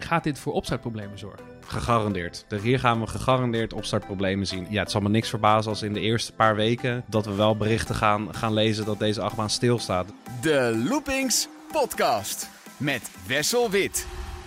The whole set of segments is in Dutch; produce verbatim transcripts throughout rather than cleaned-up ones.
gaat dit voor opstartproblemen zorgen? Gegarandeerd. Dus hier gaan we gegarandeerd opstartproblemen zien. Ja, het zal me niks verbazen als in de eerste paar weken dat we wel berichten gaan, gaan lezen dat deze achtbaan stilstaat. De Loopings Podcast met Wessel Wit.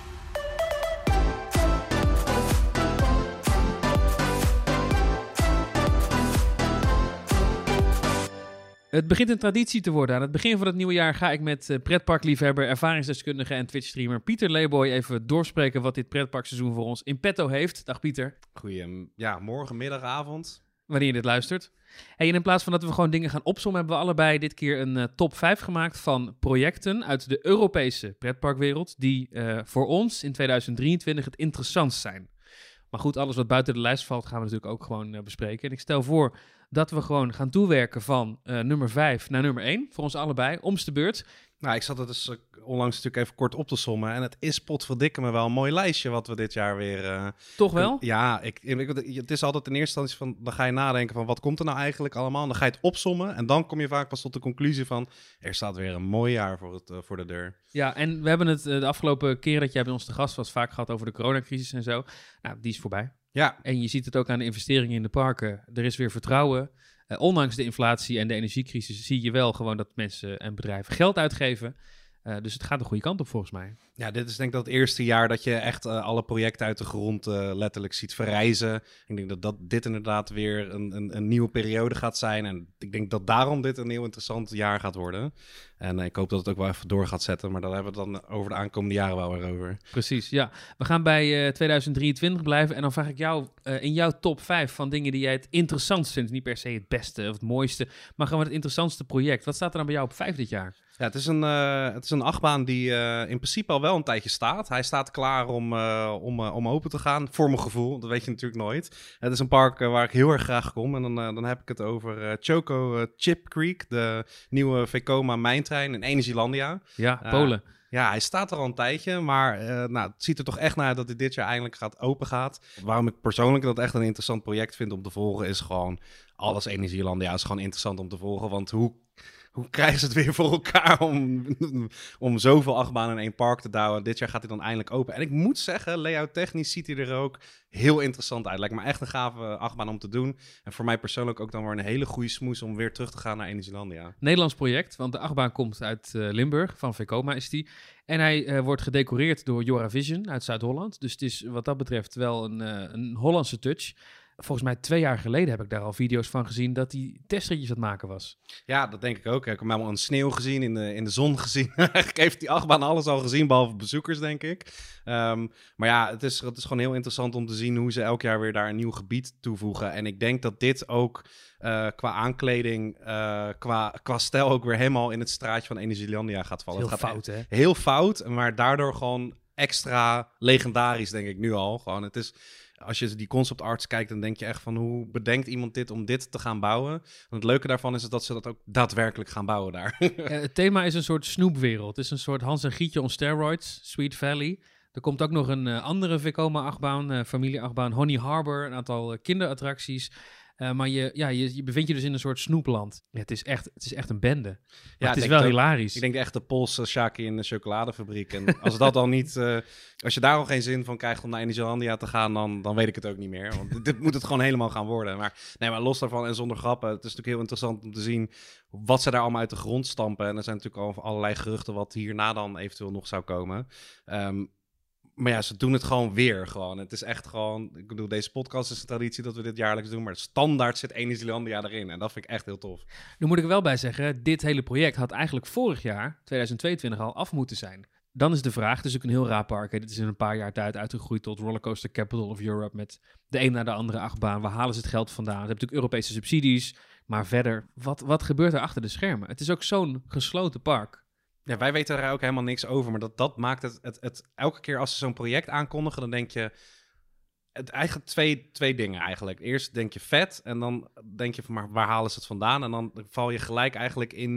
Het begint een traditie te worden. Aan het begin van het nieuwe jaar ga ik met uh, pretparkliefhebber, ervaringsdeskundige en Twitch-streamer Pieter Leeboy even doorspreken wat dit pretparkseizoen voor ons in petto heeft. Dag Pieter. Goeie, ja, morgen, middag, avond. Wanneer je dit luistert. Hey, en in plaats van dat we gewoon dingen gaan opzommen, hebben we allebei dit keer een uh, top vijf gemaakt van projecten uit de Europese pretparkwereld die uh, voor ons in tweeduizend drieëntwintig het interessantst zijn. Maar goed, alles wat buiten de lijst valt gaan we natuurlijk ook gewoon uh, bespreken. En ik stel voor dat we gewoon gaan toewerken van uh, nummer vijf naar nummer één. Voor ons allebei, omste beurt. Nou, ik zat het dus uh, onlangs natuurlijk even kort op te sommen. En het is potverdikke me wel een mooi lijstje wat we dit jaar weer... Uh, Toch wel? Kun, ja, ik, ik, het is altijd in eerste instantie van... Dan ga je nadenken van wat komt er nou eigenlijk allemaal? En dan ga je het opsommen. En dan kom je vaak pas tot de conclusie van... Er staat weer een mooi jaar voor, het, uh, voor de deur. Ja, en we hebben het uh, de afgelopen keer dat jij bij ons te gast was... vaak gehad over de coronacrisis en zo. Nou, die is voorbij. Ja. En je ziet het ook aan de investeringen in de parken. Er is weer vertrouwen. Uh, ondanks de inflatie en de energiecrisis zie je wel gewoon dat mensen en bedrijven geld uitgeven. Uh, dus het gaat de goede kant op volgens mij. Ja, dit is denk ik dat het eerste jaar dat je echt uh, alle projecten uit de grond uh, letterlijk ziet verrijzen. Ik denk dat, dat dit inderdaad weer een, een, een nieuwe periode gaat zijn. En ik denk dat daarom dit een heel interessant jaar gaat worden. En uh, ik hoop dat het ook wel even door gaat zetten. Maar daar hebben we het dan over de aankomende jaren wel weer over. Precies, ja. We gaan bij uh, tweeduizend drieëntwintig blijven. En dan vraag ik jou uh, in jouw top vijf van dingen die jij het interessantst vindt. Niet per se het beste of het mooiste, maar gewoon het interessantste project. Wat staat er dan bij jou op vijf dit jaar? Ja, het is een, uh, het is een achtbaan die uh, in principe al wel een tijdje staat. Hij staat klaar om, uh, om, uh, om open te gaan, voor mijn gevoel. Dat weet je natuurlijk nooit. Het is een park uh, waar ik heel erg graag kom. En dan, uh, dan heb ik het over uh, Choco uh, Chip Creek, de nieuwe Vekoma mijntrein in Energielandia. Ja, Polen. Uh, Ja, hij staat er al een tijdje, maar uh, nou, het ziet er toch echt naar uit dat hij dit jaar eindelijk gaat open gaat. Waarom ik persoonlijk dat echt een interessant project vind om te volgen, is gewoon alles Energielandia is gewoon interessant om te volgen. Want hoe... Hoe krijgen ze het weer voor elkaar om, om zoveel achtbanen in één park te douwen? Dit jaar gaat hij dan eindelijk open. En ik moet zeggen, layout technisch ziet hij er ook heel interessant uit. Lijkt me echt een gave achtbaan om te doen. En voor mij persoonlijk ook dan weer een hele goede smoes om weer terug te gaan naar Energielandia. Nederlands project, want de achtbaan komt uit uh, Limburg, van Vekoma is die. En hij uh, wordt gedecoreerd door Joravision uit Zuid-Holland. Dus het is wat dat betreft wel een, uh, een Hollandse touch. Volgens mij twee jaar geleden heb ik daar al video's van gezien dat hij testritjes aan het maken was. Ja, dat denk ik ook. Ik heb hem helemaal in sneeuw gezien, in de, in de zon gezien. Eigenlijk heeft die achtbaan alles al gezien, behalve bezoekers, denk ik. Um, maar ja, het is, het is gewoon heel interessant om te zien hoe ze elk jaar weer daar een nieuw gebied toevoegen. En ik denk dat dit ook uh, qua aankleding, uh, qua, qua stijl ook weer helemaal in het straatje van Energielandia gaat vallen. Heel het gaat fout, hè? Heel fout, maar daardoor gewoon extra legendarisch, denk ik nu al. Gewoon, het is... Als je die concept arts kijkt, dan denk je echt van hoe bedenkt iemand dit om dit te gaan bouwen? Want het leuke daarvan is dat ze dat ook daadwerkelijk gaan bouwen daar. Ja, het thema is een soort snoepwereld. Het is een soort Hans en Gietje on steroids, Sweet Valley. Er komt ook nog een uh, andere Vekoma-achtbaan, uh, familie-achtbaan, Honey Harbor, een aantal uh, kinderattracties. Uh, maar je, ja, je, je bevindt je dus in een soort snoepland. Ja, het, is echt, het is echt een bende. Ja, het is wel ook, hilarisch. Ik denk echt de Poolse Shaki in de chocoladefabriek. En als dat al niet... Uh, als je daar al geen zin van krijgt om naar Energielandia te gaan, dan, dan weet ik het ook niet meer. Want dit moet het gewoon helemaal gaan worden. Maar, nee, maar los daarvan en zonder grappen, het is natuurlijk heel interessant om te zien wat ze daar allemaal uit de grond stampen. En er zijn natuurlijk al allerlei geruchten wat hierna dan eventueel nog zou komen. Um, Maar ja, ze doen het gewoon weer. Gewoon. Het is echt gewoon... Ik bedoel, deze podcast is een traditie dat we dit jaarlijks doen. Maar standaard zit Energielandia erin. En dat vind ik echt heel tof. Nu moet ik er wel bij zeggen, dit hele project had eigenlijk vorig jaar, tweeduizend tweeëntwintig, al af moeten zijn. Dan is de vraag, het is ook een heel raar park. Hè? Dit is in een paar jaar tijd uitgegroeid tot Rollercoaster Capital of Europe. Met de een naar de andere achtbaan. Waar halen ze het geld vandaan? Ze hebben natuurlijk Europese subsidies. Maar verder, wat, wat gebeurt er achter de schermen? Het is ook zo'n gesloten park. Ja, wij weten daar ook helemaal niks over. Maar dat, dat maakt het, het, het... Elke keer als ze zo'n project aankondigen, dan denk je... Het, eigenlijk twee, twee dingen eigenlijk. Eerst denk je vet en dan denk je van, maar waar halen ze het vandaan? En dan val je gelijk eigenlijk in,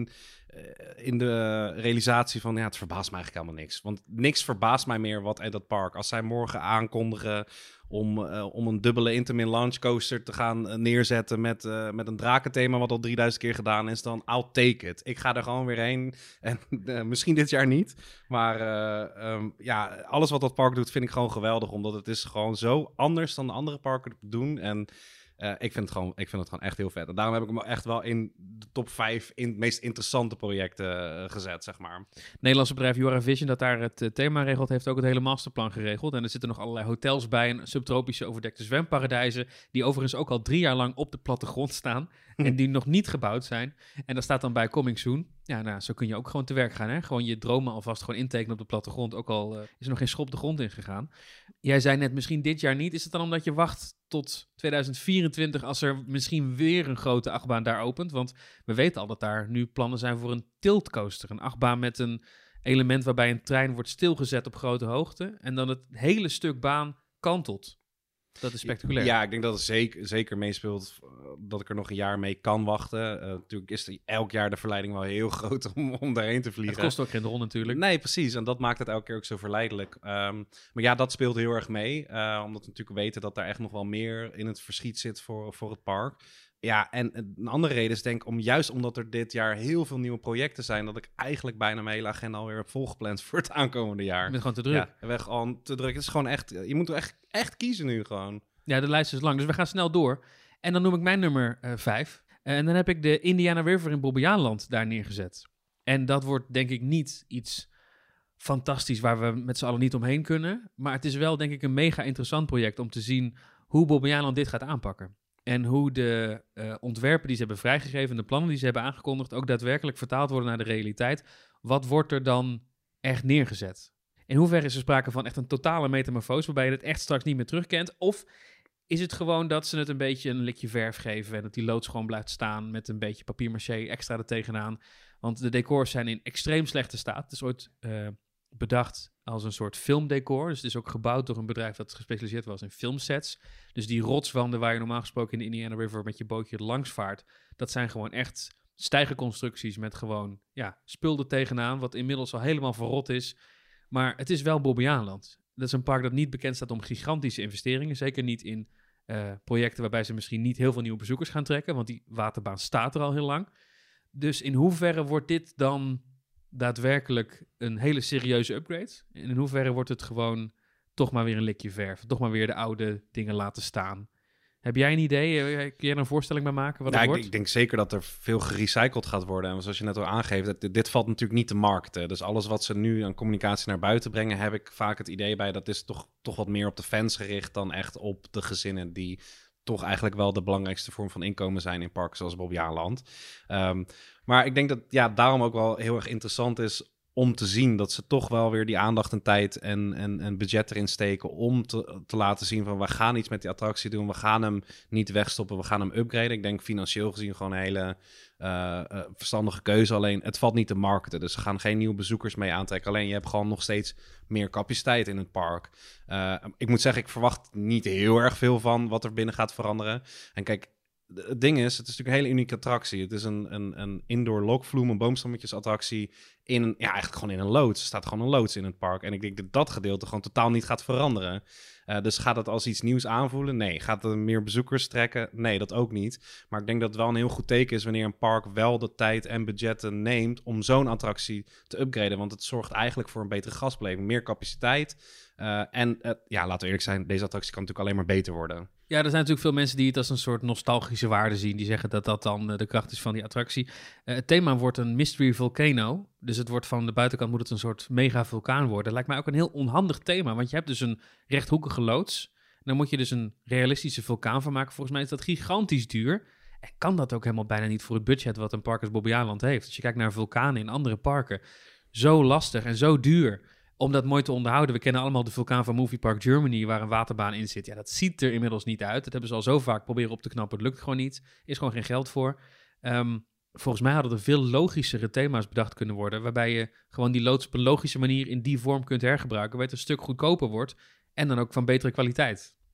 in de realisatie van, ja, het verbaast me eigenlijk helemaal niks. Want niks verbaast mij meer wat in dat park. Als zij morgen aankondigen om, uh, om een dubbele Intamin Launch Coaster te gaan uh, neerzetten met, uh, met een drakenthema wat al drieduizend keer gedaan is, dan I'll take it. Ik ga er gewoon weer heen. En uh, misschien dit jaar niet. Maar uh, um, ja, alles wat dat park doet vind ik gewoon geweldig, omdat het is gewoon zo anders dan de andere parken doen. En Uh, ik, vind het gewoon, ik vind het gewoon echt heel vet. En daarom heb ik hem echt wel in de top vijf in de meest interessante projecten uh, gezet, zeg maar. Nederlandse bedrijf Jura Vision, dat daar het uh, thema regelt, heeft ook het hele masterplan geregeld. En er zitten nog allerlei hotels bij en subtropische overdekte zwemparadijzen, die overigens ook al drie jaar lang op de plattegrond staan en die nog niet gebouwd zijn. En daar staat dan bij coming soon. Ja, nou, zo kun je ook gewoon te werk gaan, hè? Gewoon je dromen alvast gewoon intekenen op de plattegrond, ook al uh, is er nog geen schop de grond in gegaan. Jij zei net, misschien dit jaar niet. Is het dan omdat je wacht tot tweeduizend vierentwintig als er misschien weer een grote achtbaan daar opent? Want we weten al dat daar nu plannen zijn voor een tiltcoaster. Een achtbaan met een element waarbij een trein wordt stilgezet op grote hoogte en dan het hele stuk baan kantelt. Dat is spectaculair. Ja, ik denk dat het zeker, zeker meespeelt uh, dat ik er nog een jaar mee kan wachten. Uh, natuurlijk is er elk jaar de verleiding wel heel groot om, om daarheen te vliegen. Het kost ook geen rol natuurlijk. Nee, precies. En dat maakt het elke keer ook zo verleidelijk. Um, maar ja, dat speelt heel erg mee. Uh, omdat we natuurlijk weten dat daar echt nog wel meer in het verschiet zit voor, voor het park. Ja, en een andere reden is denk ik om juist omdat er dit jaar heel veel nieuwe projecten zijn, dat ik eigenlijk bijna mijn hele agenda alweer heb volgepland voor het aankomende jaar. Je bent gewoon te druk. Ja, ik ben gewoon te druk. Het is gewoon echt, je moet echt, echt kiezen nu gewoon. Ja, de lijst is lang, dus we gaan snel door. En dan noem ik mijn nummer uh, vijf. Uh, en dan heb ik de Indiana River in Bobbejaanland daar neergezet. En dat wordt denk ik niet iets fantastisch waar we met z'n allen niet omheen kunnen. Maar het is wel denk ik een mega interessant project om te zien hoe Bobbejaanland dit gaat aanpakken. En hoe de uh, ontwerpen die ze hebben vrijgegeven, de plannen die ze hebben aangekondigd, ook daadwerkelijk vertaald worden naar de realiteit. Wat wordt er dan echt neergezet? In hoeverre is er sprake van echt een totale metamorfose, waarbij je het echt straks niet meer terugkent? Of is het gewoon dat ze het een beetje een likje verf geven en dat die loods gewoon blijft staan met een beetje papier-maché extra er tegenaan? Want de decors zijn in extreem slechte staat. Het is ooit uh, bedacht als een soort filmdecor. Dus het is ook gebouwd door een bedrijf dat gespecialiseerd was in filmsets. Dus die rotswanden waar je normaal gesproken in de Indiana River met je bootje langs vaart, dat zijn gewoon echt stijgerconstructies met gewoon ja, spul er tegenaan, wat inmiddels al helemaal verrot is. Maar het is wel Bobbejaanland. Dat is een park dat niet bekend staat om gigantische investeringen. Zeker niet in uh, projecten waarbij ze misschien niet heel veel nieuwe bezoekers gaan trekken, want die waterbaan staat er al heel lang. Dus in hoeverre wordt dit dan daadwerkelijk een hele serieuze upgrade? En in hoeverre wordt het gewoon toch maar weer een likje verf? Toch maar weer de oude dingen laten staan? Heb jij een idee? Kun je er een voorstelling bij maken wat ja, het ik, wordt? ik denk zeker dat er veel gerecycled gaat worden. En zoals je net al aangeeft, dit, dit valt natuurlijk niet te markten. Dus alles wat ze nu aan communicatie naar buiten brengen, heb ik vaak het idee bij, dat is toch, toch wat meer op de fans gericht dan echt op de gezinnen die toch eigenlijk wel de belangrijkste vorm van inkomen zijn in parken zoals Bobbejaanland. Um, maar ik denk dat ja, daarom ook wel heel erg interessant is om te zien dat ze toch wel weer die aandacht en tijd en, en, en budget erin steken om te, te laten zien van we gaan iets met die attractie doen, we gaan hem niet wegstoppen, we gaan hem upgraden. Ik denk financieel gezien gewoon een hele uh, uh, verstandige keuze, alleen het valt niet te marketen. Dus ze gaan geen nieuwe bezoekers mee aantrekken, alleen je hebt gewoon nog steeds meer capaciteit in het park. Uh, ik moet zeggen, ik verwacht niet heel erg veel van wat er binnen gaat veranderen. En kijk, het ding is, het is natuurlijk een hele unieke attractie. Het is een, een, een indoor lokvloem, een boomstammetjes attractie in een, ja, eigenlijk gewoon in een loods. Er staat gewoon een loods in het park. En ik denk dat dat gedeelte gewoon totaal niet gaat veranderen. Uh, dus gaat het als iets nieuws aanvoelen? Nee. Gaat het meer bezoekers trekken? Nee, dat ook niet. Maar ik denk dat het wel een heel goed teken is wanneer een park wel de tijd en budgetten neemt om zo'n attractie te upgraden. Want het zorgt eigenlijk voor een betere gastbeleving, meer capaciteit. Uh, en uh, ja, laten we eerlijk zijn, deze attractie kan natuurlijk alleen maar beter worden. Ja, er zijn natuurlijk veel mensen die het als een soort nostalgische waarde zien. Die zeggen dat dat dan uh, de kracht is van die attractie. Uh, het thema wordt een mystery volcano. Dus het wordt van de buitenkant moet het een soort mega vulkaan worden. Lijkt mij ook een heel onhandig thema. Want je hebt dus een rechthoekige loods. En dan moet je dus een realistische vulkaan van maken. Volgens mij is dat gigantisch duur. En kan dat ook helemaal bijna niet voor het budget wat een park als Bobbejaanland heeft. Als je kijkt naar vulkanen in andere parken. Zo lastig en zo duur om dat mooi te onderhouden. We kennen allemaal de vulkaan van Movie Park Germany, waar een waterbaan in zit. Ja, dat ziet er inmiddels niet uit. Dat hebben ze al zo vaak proberen op te knappen. Het lukt gewoon niet. Is gewoon geen geld voor. Um, volgens mij hadden er veel logischere thema's bedacht kunnen worden, waarbij je gewoon die loods op een logische manier in die vorm kunt hergebruiken, waar het een stuk goedkoper wordt en dan ook van betere kwaliteit.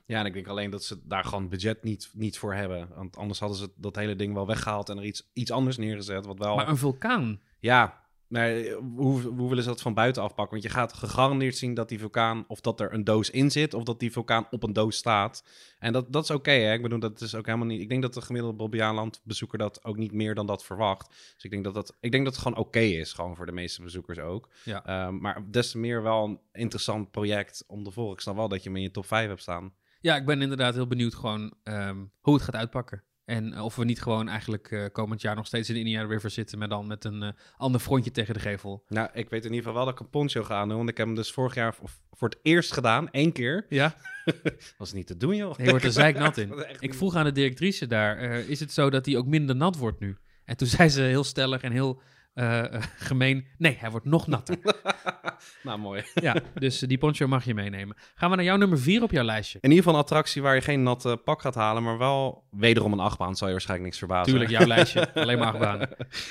Ja, en ik denk alleen dat ze daar gewoon budget niet, niet voor hebben. Want anders hadden ze dat hele ding wel weggehaald en er iets, iets anders neergezet. Wat wel... Maar een vulkaan... Ja, maar hoe, hoe willen ze dat van buiten afpakken? Want je gaat gegarandeerd zien dat die vulkaan, of dat er een doos in zit, of dat die vulkaan op een doos staat. En dat, dat is oké, hè? Ik bedoel, dat is ook helemaal niet... Ik denk dat de gemiddelde Bobbejaanland-bezoeker dat ook niet meer dan dat verwacht. Dus ik denk dat, dat, ik denk dat het gewoon oké is, gewoon voor de meeste bezoekers ook. Ja. Um, maar des te meer wel een interessant project om te volgen. Ik snap wel dat je hem in je top vijf hebt staan. Ja, ik ben inderdaad heel benieuwd gewoon um, hoe het gaat uitpakken. En of we niet gewoon eigenlijk uh, komend jaar nog steeds in de Indiana River zitten, maar dan met een uh, ander frontje tegen de gevel. Nou, ik weet in ieder geval wel dat ik een poncho ga aandoen, want ik heb hem dus vorig jaar voor het eerst gedaan, één keer. Ja? Was niet te doen, joh. Je wordt er zeiknat in. Ik vroeg aan de directrice daar, uh, is het zo dat hij ook minder nat wordt nu? En toen zei ze heel stellig en heel uh, uh, gemeen, nee, hij wordt nog natter. Nou, mooi. Ja, dus uh, die poncho mag je meenemen. Gaan we naar jouw nummer vier op jouw lijstje. In ieder geval een attractie waar je geen nat uh, pak gaat halen, maar wel wederom een achtbaan, zal je waarschijnlijk niks verbazen. Tuurlijk, jouw lijstje. Alleen maar achtbanen.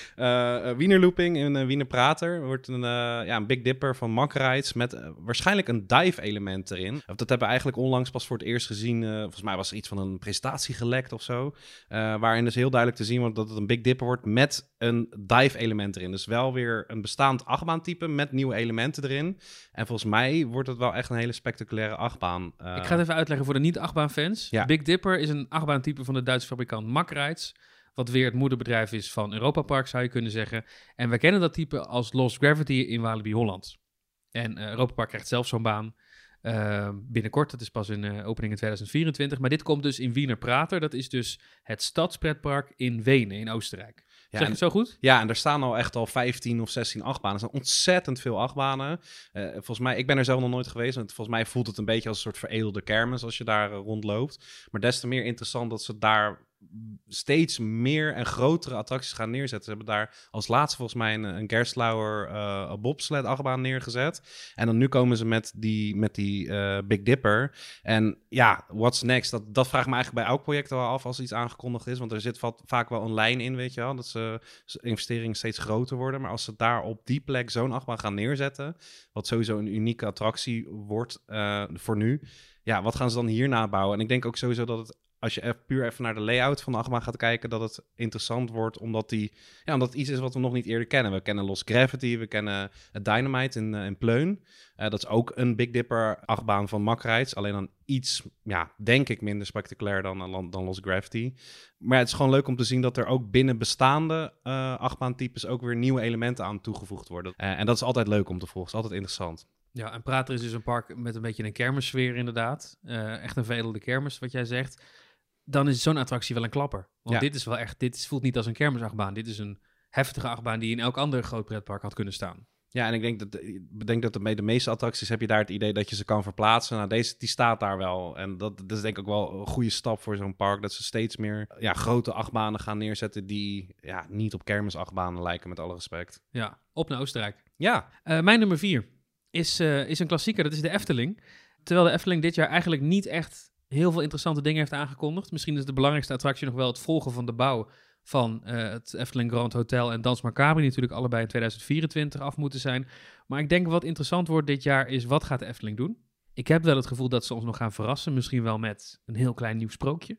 Uh, uh, Wiener Looping in uh, Wiener Prater wordt een, uh, ja, een Big Dipper van Mack Rides met uh, waarschijnlijk een dive element erin. Of dat hebben we eigenlijk onlangs pas voor het eerst gezien. Uh, volgens mij was er iets van een presentatie gelekt of zo. Uh, waarin dus heel duidelijk te zien wordt dat het een Big Dipper wordt met een dive element erin. Dus wel weer een bestaand achtbaantype met nieuwe elementen erin. En volgens mij wordt het wel echt een hele spectaculaire achtbaan. Uh, Ik ga het even uitleggen voor de niet-achtbaanfans. Ja. Big Dipper is een achtbaantype van de Duitse fabrikant Mack Rides, wat weer het moederbedrijf is van Europa Park, zou je kunnen zeggen. En wij kennen dat type als Lost Gravity in Walibi Holland. En uh, Europa Park krijgt zelf zo'n baan. Uh, binnenkort, dat is pas in uh, opening in tweeduizend vierentwintig. Maar dit komt dus in Wiener Prater. Dat is dus het stadspretpark in Wenen, in Oostenrijk. Ja, zeg ik het zo goed? Ja, en er staan al echt al vijftien of zestien achtbanen. Er zijn ontzettend veel achtbanen. Uh, volgens mij, ik ben er zelf nog nooit geweest. Want volgens mij voelt het een beetje als een soort veredelde kermis als je daar uh, rondloopt. Maar des te meer interessant dat ze daar steeds meer en grotere attracties gaan neerzetten. Ze hebben daar als laatste volgens mij een, een Gerstlauer uh, bobsled achtbaan neergezet. En dan nu komen ze met die, met die uh, Big Dipper. En ja, what's next? Dat, dat vraag ik me eigenlijk bij elk project wel af als iets aangekondigd is. Want er zit va- vaak wel een lijn in, weet je wel. Dat ze investeringen steeds groter worden. Maar als ze daar op die plek zo'n achtbaan gaan neerzetten, wat sowieso een unieke attractie wordt uh, voor nu. Ja, wat gaan ze dan hierna bouwen? En ik denk ook sowieso dat het, als je even, puur even naar de layout van de achtbaan gaat kijken, dat het interessant wordt, omdat die, ja, omdat het iets is wat we nog niet eerder kennen. We kennen Lost Gravity, we kennen het Dynamite in, uh, in Pleun. Uh, dat is ook een Big Dipper achtbaan van Mack Rides, alleen dan iets, ja, denk ik minder spectaculair dan, uh, dan Lost Gravity. Maar ja, het is gewoon leuk om te zien dat er ook binnen bestaande uh, achtbaantypes ook weer nieuwe elementen aan toegevoegd worden. Uh, en dat is altijd leuk om te volgen, is altijd interessant. Ja, en Prater is dus een park met een beetje een kermissfeer inderdaad. Uh, echt een veredelde kermis, wat jij zegt. Dan is zo'n attractie wel een klapper. Want Ja. dit is wel echt, dit voelt niet als een kermisachtbaan. Dit is een heftige achtbaan die in elk ander groot pretpark had kunnen staan. Ja, en ik denk dat, ik denk dat de, de meeste attracties heb je daar het idee dat je ze kan verplaatsen. Nou, deze die staat daar wel. En dat, dat is denk ik ook wel een goede stap voor zo'n park. Dat ze steeds meer ja, grote achtbanen gaan neerzetten die ja, niet op kermisachtbanen lijken, met alle respect. Ja, op naar Oostenrijk. Ja, Uh, mijn nummer vier is, uh, is een klassieker, dat is de Efteling. Terwijl de Efteling dit jaar eigenlijk niet echt heel veel interessante dingen heeft aangekondigd. Misschien is de belangrijkste attractie nog wel het volgen van de bouw van uh, het Efteling Grand Hotel en Dans Macabre, die natuurlijk allebei in tweeduizend vierentwintig af moeten zijn. Maar ik denk wat interessant wordt dit jaar is, wat gaat de Efteling doen? Ik heb wel het gevoel dat ze ons nog gaan verrassen. Misschien wel met een heel klein nieuw sprookje.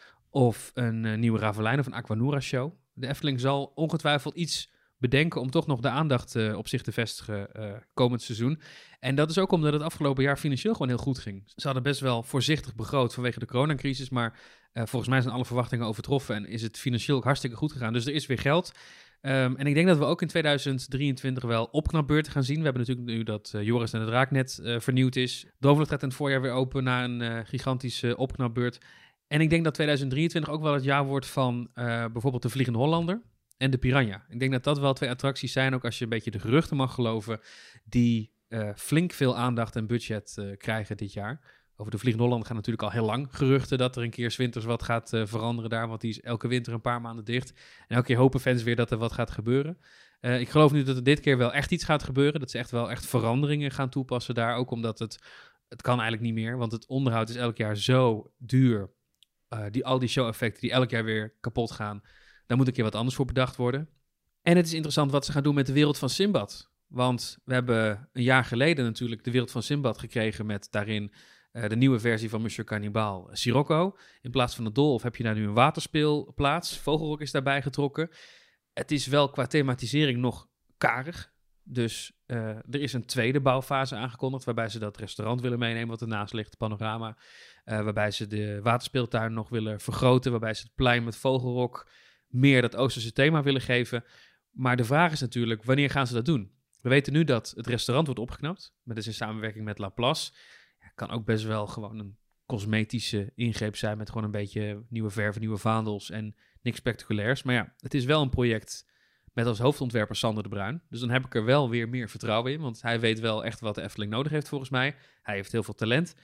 Of een uh, nieuwe Ravelijn of een Aquanura show. De Efteling zal ongetwijfeld iets bedenken om toch nog de aandacht uh, op zich te vestigen uh, komend seizoen. En dat is ook omdat het afgelopen jaar financieel gewoon heel goed ging. Ze hadden best wel voorzichtig begroot vanwege de coronacrisis, maar uh, volgens mij zijn alle verwachtingen overtroffen en is het financieel ook hartstikke goed gegaan. Dus er is weer geld. Um, en ik denk dat we ook in tweeduizend drieëntwintig wel opknapbeurten gaan zien. We hebben natuurlijk nu dat uh, Joris en de Draak net uh, vernieuwd is. Doverland gaat in het voorjaar weer open na een uh, gigantische opknapbeurt. En ik denk dat tweeduizend drieëntwintig ook wel het jaar wordt van uh, bijvoorbeeld de Vliegende Hollander en de Piranha. Ik denk dat dat wel twee attracties zijn, ook als je een beetje de geruchten mag geloven, die uh, flink veel aandacht en budget uh, krijgen dit jaar. Over de Vliegende Hollander gaan natuurlijk al heel lang geruchten dat er een keer 's winters wat gaat uh, veranderen daar, want die is elke winter een paar maanden dicht. En elke keer hopen fans weer dat er wat gaat gebeuren. Uh, ik geloof nu dat er dit keer wel echt iets gaat gebeuren, dat ze echt wel echt veranderingen gaan toepassen daar, ook omdat het, het kan eigenlijk niet meer, want het onderhoud is elk jaar zo duur. Uh, die, al die show-effecten die elk jaar weer kapot gaan, daar moet een keer wat anders voor bedacht worden. En het is interessant wat ze gaan doen met de wereld van Sinbad. Want we hebben een jaar geleden natuurlijk de wereld van Sinbad gekregen met daarin uh, de nieuwe versie van Monsieur Cannibal, Sirocco. In plaats van de Doolhof heb je daar nu een waterspeelplaats. Vogelrok is daarbij getrokken. Het is wel qua thematisering nog karig. Dus uh, er is een tweede bouwfase aangekondigd, waarbij ze dat restaurant willen meenemen wat ernaast ligt, Panorama. Uh, waarbij ze de waterspeeltuin nog willen vergroten, waarbij ze het plein met Vogelrok meer dat Oosterse thema willen geven. Maar de vraag is natuurlijk, wanneer gaan ze dat doen? We weten nu dat het restaurant wordt opgeknapt, maar dat is in samenwerking met Laplace. Ja, kan ook best wel gewoon een cosmetische ingreep zijn met gewoon een beetje nieuwe verven, nieuwe vaandels en niks spectaculairs. Maar ja, het is wel een project met als hoofdontwerper Sander de Bruin. Dus dan heb ik er wel weer meer vertrouwen in, want hij weet wel echt wat de Efteling nodig heeft volgens mij. Hij heeft heel veel talent.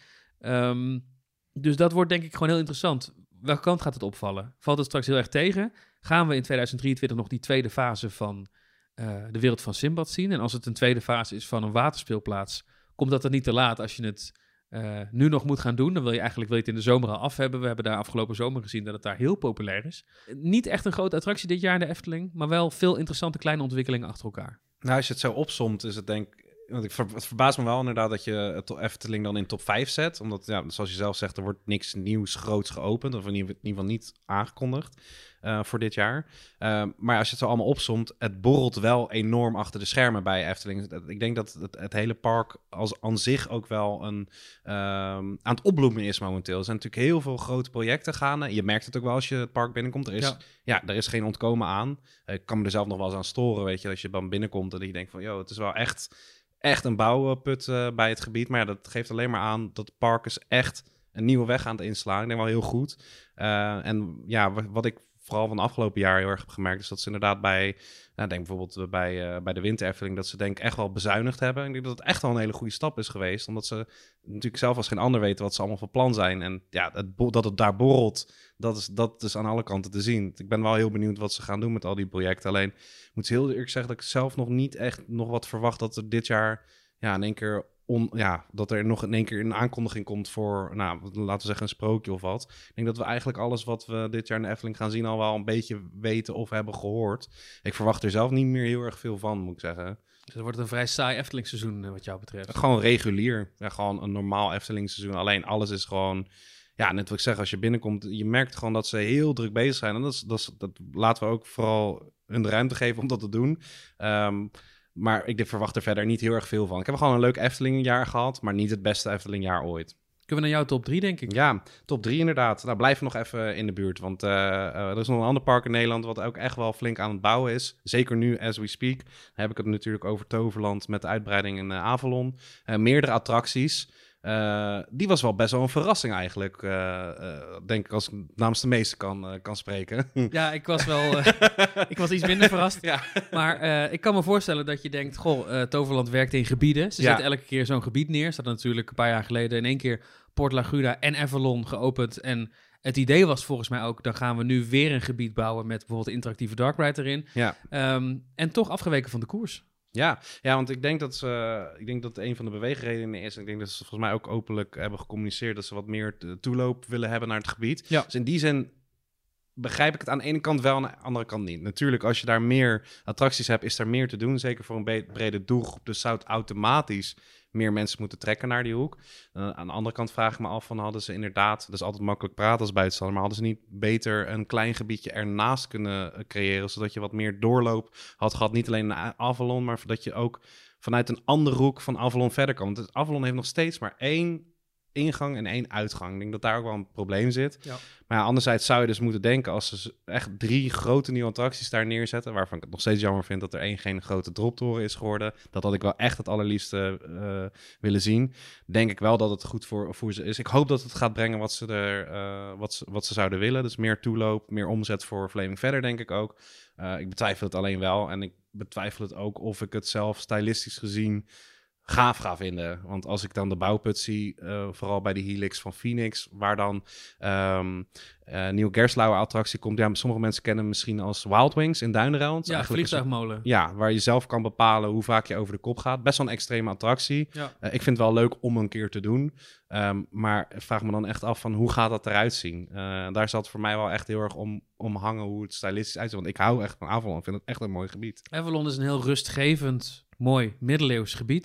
Um, dus dat wordt denk ik gewoon heel interessant. Welke kant gaat het opvallen? Valt het straks heel erg tegen? Gaan we in tweeduizend drieëntwintig nog die tweede fase van uh, de wereld van Simbad zien? En als het een tweede fase is van een waterspeelplaats, komt dat er niet te laat als je het uh, nu nog moet gaan doen? Dan wil je eigenlijk wil je het in de zomer al af hebben. We hebben daar afgelopen zomer gezien dat het daar heel populair is. Niet echt een grote attractie dit jaar in de Efteling, maar wel veel interessante kleine ontwikkelingen achter elkaar. Nou, als je het zo opsomt, is het denk ik... Want ik ver, het verbaast me wel inderdaad dat je het Efteling dan in top vijf zet. Omdat, ja, zoals je zelf zegt, er wordt niks nieuws groots geopend. Of in ieder geval niet aangekondigd uh, voor dit jaar. Uh, maar als je het zo allemaal opsomt, het borrelt wel enorm achter de schermen bij Efteling. Ik denk dat het, het hele park als aan zich ook wel een, uh, aan het opbloemen is momenteel. Er zijn natuurlijk heel veel grote projecten gaande. Je merkt het ook wel als je het park binnenkomt. Er is, ja. Ja, er is geen ontkomen aan. Ik kan me er zelf nog wel eens aan storen, weet je. Als je dan binnenkomt en je denkt van, joh, het is wel echt... Echt een bouwput uh, bij het gebied. Maar ja, dat geeft alleen maar aan dat het park is echt een nieuwe weg aan het inslaan. Ik denk wel heel goed. Uh, en ja, wat ik vooral van de afgelopen jaar heel erg heb gemerkt... is dat ze inderdaad bij, nou, denk bijvoorbeeld bij, uh, bij de Winter Efteling... dat ze denk ik echt wel bezuinigd hebben. Ik denk dat het echt wel een hele goede stap is geweest. Omdat ze natuurlijk zelf als geen ander weten wat ze allemaal van plan zijn. En ja, het bo- dat het daar borrelt, dat is, dat is aan alle kanten te zien. Ik ben wel heel benieuwd wat ze gaan doen met al die projecten. Alleen, ik moet heel eerlijk zeggen dat ik zelf nog niet echt nog wat verwacht... dat er dit jaar ja, in één keer... On, ja, dat er nog in één keer een aankondiging komt voor, nou, laten we zeggen een sprookje of wat. Ik denk dat we eigenlijk alles wat we dit jaar in de Efteling gaan zien al wel een beetje weten of hebben gehoord. Ik verwacht er zelf niet meer heel erg veel van, moet ik zeggen. Dus het wordt een vrij saai Efteling seizoen wat jou betreft. Gewoon regulier. Ja, gewoon een normaal Efteling seizoen. Alleen alles is gewoon... Ja, net wat ik zeg, als je binnenkomt, je merkt gewoon dat ze heel druk bezig zijn. En dat, is, dat, is, dat laten we ook vooral hun de ruimte geven om dat te doen. Um, Maar ik verwacht er verder niet heel erg veel van. Ik heb gewoon een leuk Efteling-jaar gehad, maar niet het beste Efteling-jaar ooit. Kunnen we naar jouw top drie, denk ik? Ja, top drie inderdaad. Nou, blijf nog even in de buurt, want uh, uh, er is nog een ander park in Nederland wat ook echt wel flink aan het bouwen is. Zeker nu, as we speak. Dan heb ik het natuurlijk over Toverland met de uitbreiding in uh, Avalon. Uh, meerdere attracties. Uh, die was wel best wel een verrassing eigenlijk, uh, uh, denk ik, als ik namens de meesten kan, uh, kan spreken. Ja, ik was wel uh, ik was iets minder verrast. Ja. Maar uh, ik kan me voorstellen dat je denkt, goh, uh, Toverland werkt in gebieden. Ze ja. zetten elke keer zo'n gebied neer. Ze hadden natuurlijk een paar jaar geleden in één keer Port Laguna en Avalon geopend. En het idee was volgens mij ook, dan gaan we nu weer een gebied bouwen met bijvoorbeeld de interactieve dark ride erin. Ja. Um, en toch afgeweken van de koers. Ja, ja, want ik denk dat ze, ik denk dat een van de beweegredenen is. Ik denk dat ze volgens mij ook openlijk hebben gecommuniceerd dat ze wat meer toeloop willen hebben naar het gebied. Ja. Dus in die zin begrijp ik het aan de ene kant wel, aan de andere kant niet. Natuurlijk, als je daar meer attracties hebt, is er meer te doen. Zeker voor een brede doelgroep. Dus zou het automatisch meer mensen moeten trekken naar die hoek. Uh, aan de andere kant vraag ik me af van, hadden ze inderdaad, dat is altijd makkelijk praten als buitenstaander, maar hadden ze niet beter een klein gebiedje ernaast kunnen creëren, zodat je wat meer doorloop had gehad, niet alleen naar Avalon, maar dat je ook vanuit een andere hoek van Avalon verder kan. Want Avalon heeft nog steeds maar één ingang en één uitgang. Ik denk dat daar ook wel een probleem zit. Ja. Maar ja, anderzijds zou je dus moeten denken, als ze echt drie grote nieuwe attracties daar neerzetten, waarvan ik het nog steeds jammer vind dat er één geen grote droptoren is geworden, dat had ik wel echt het allerliefste uh, willen zien. Denk ik wel dat het goed voor, voor ze is. Ik hoop dat het gaat brengen wat ze, er, uh, wat ze, wat ze zouden willen. Dus meer toeloop, meer omzet voor Flaming Verder, denk ik ook. Uh, ik betwijfel het alleen wel. En ik betwijfel het ook of ik het zelf stylistisch gezien gaaf ga vinden. Want als ik dan de bouwput zie, uh, vooral bij de Helix van Phoenix, waar dan um, uh, nieuwe Gerstlauer attractie komt. Ja, sommige mensen kennen hem misschien als Wild Wings in Duinenruil. Ja, vliegtuigmolen. Ja, waar je zelf kan bepalen hoe vaak je over de kop gaat. Best wel een extreme attractie. Ja. Uh, ik vind het wel leuk om een keer te doen. Um, maar vraag me dan echt af van hoe gaat dat eruit zien? Uh, daar zat voor mij wel echt heel erg om, om hangen hoe het stylistisch uitziet. Want ik hou echt van Avalon. Ik vind het echt een mooi gebied. Avalon is een heel rustgevend, mooi middeleeuws gebied.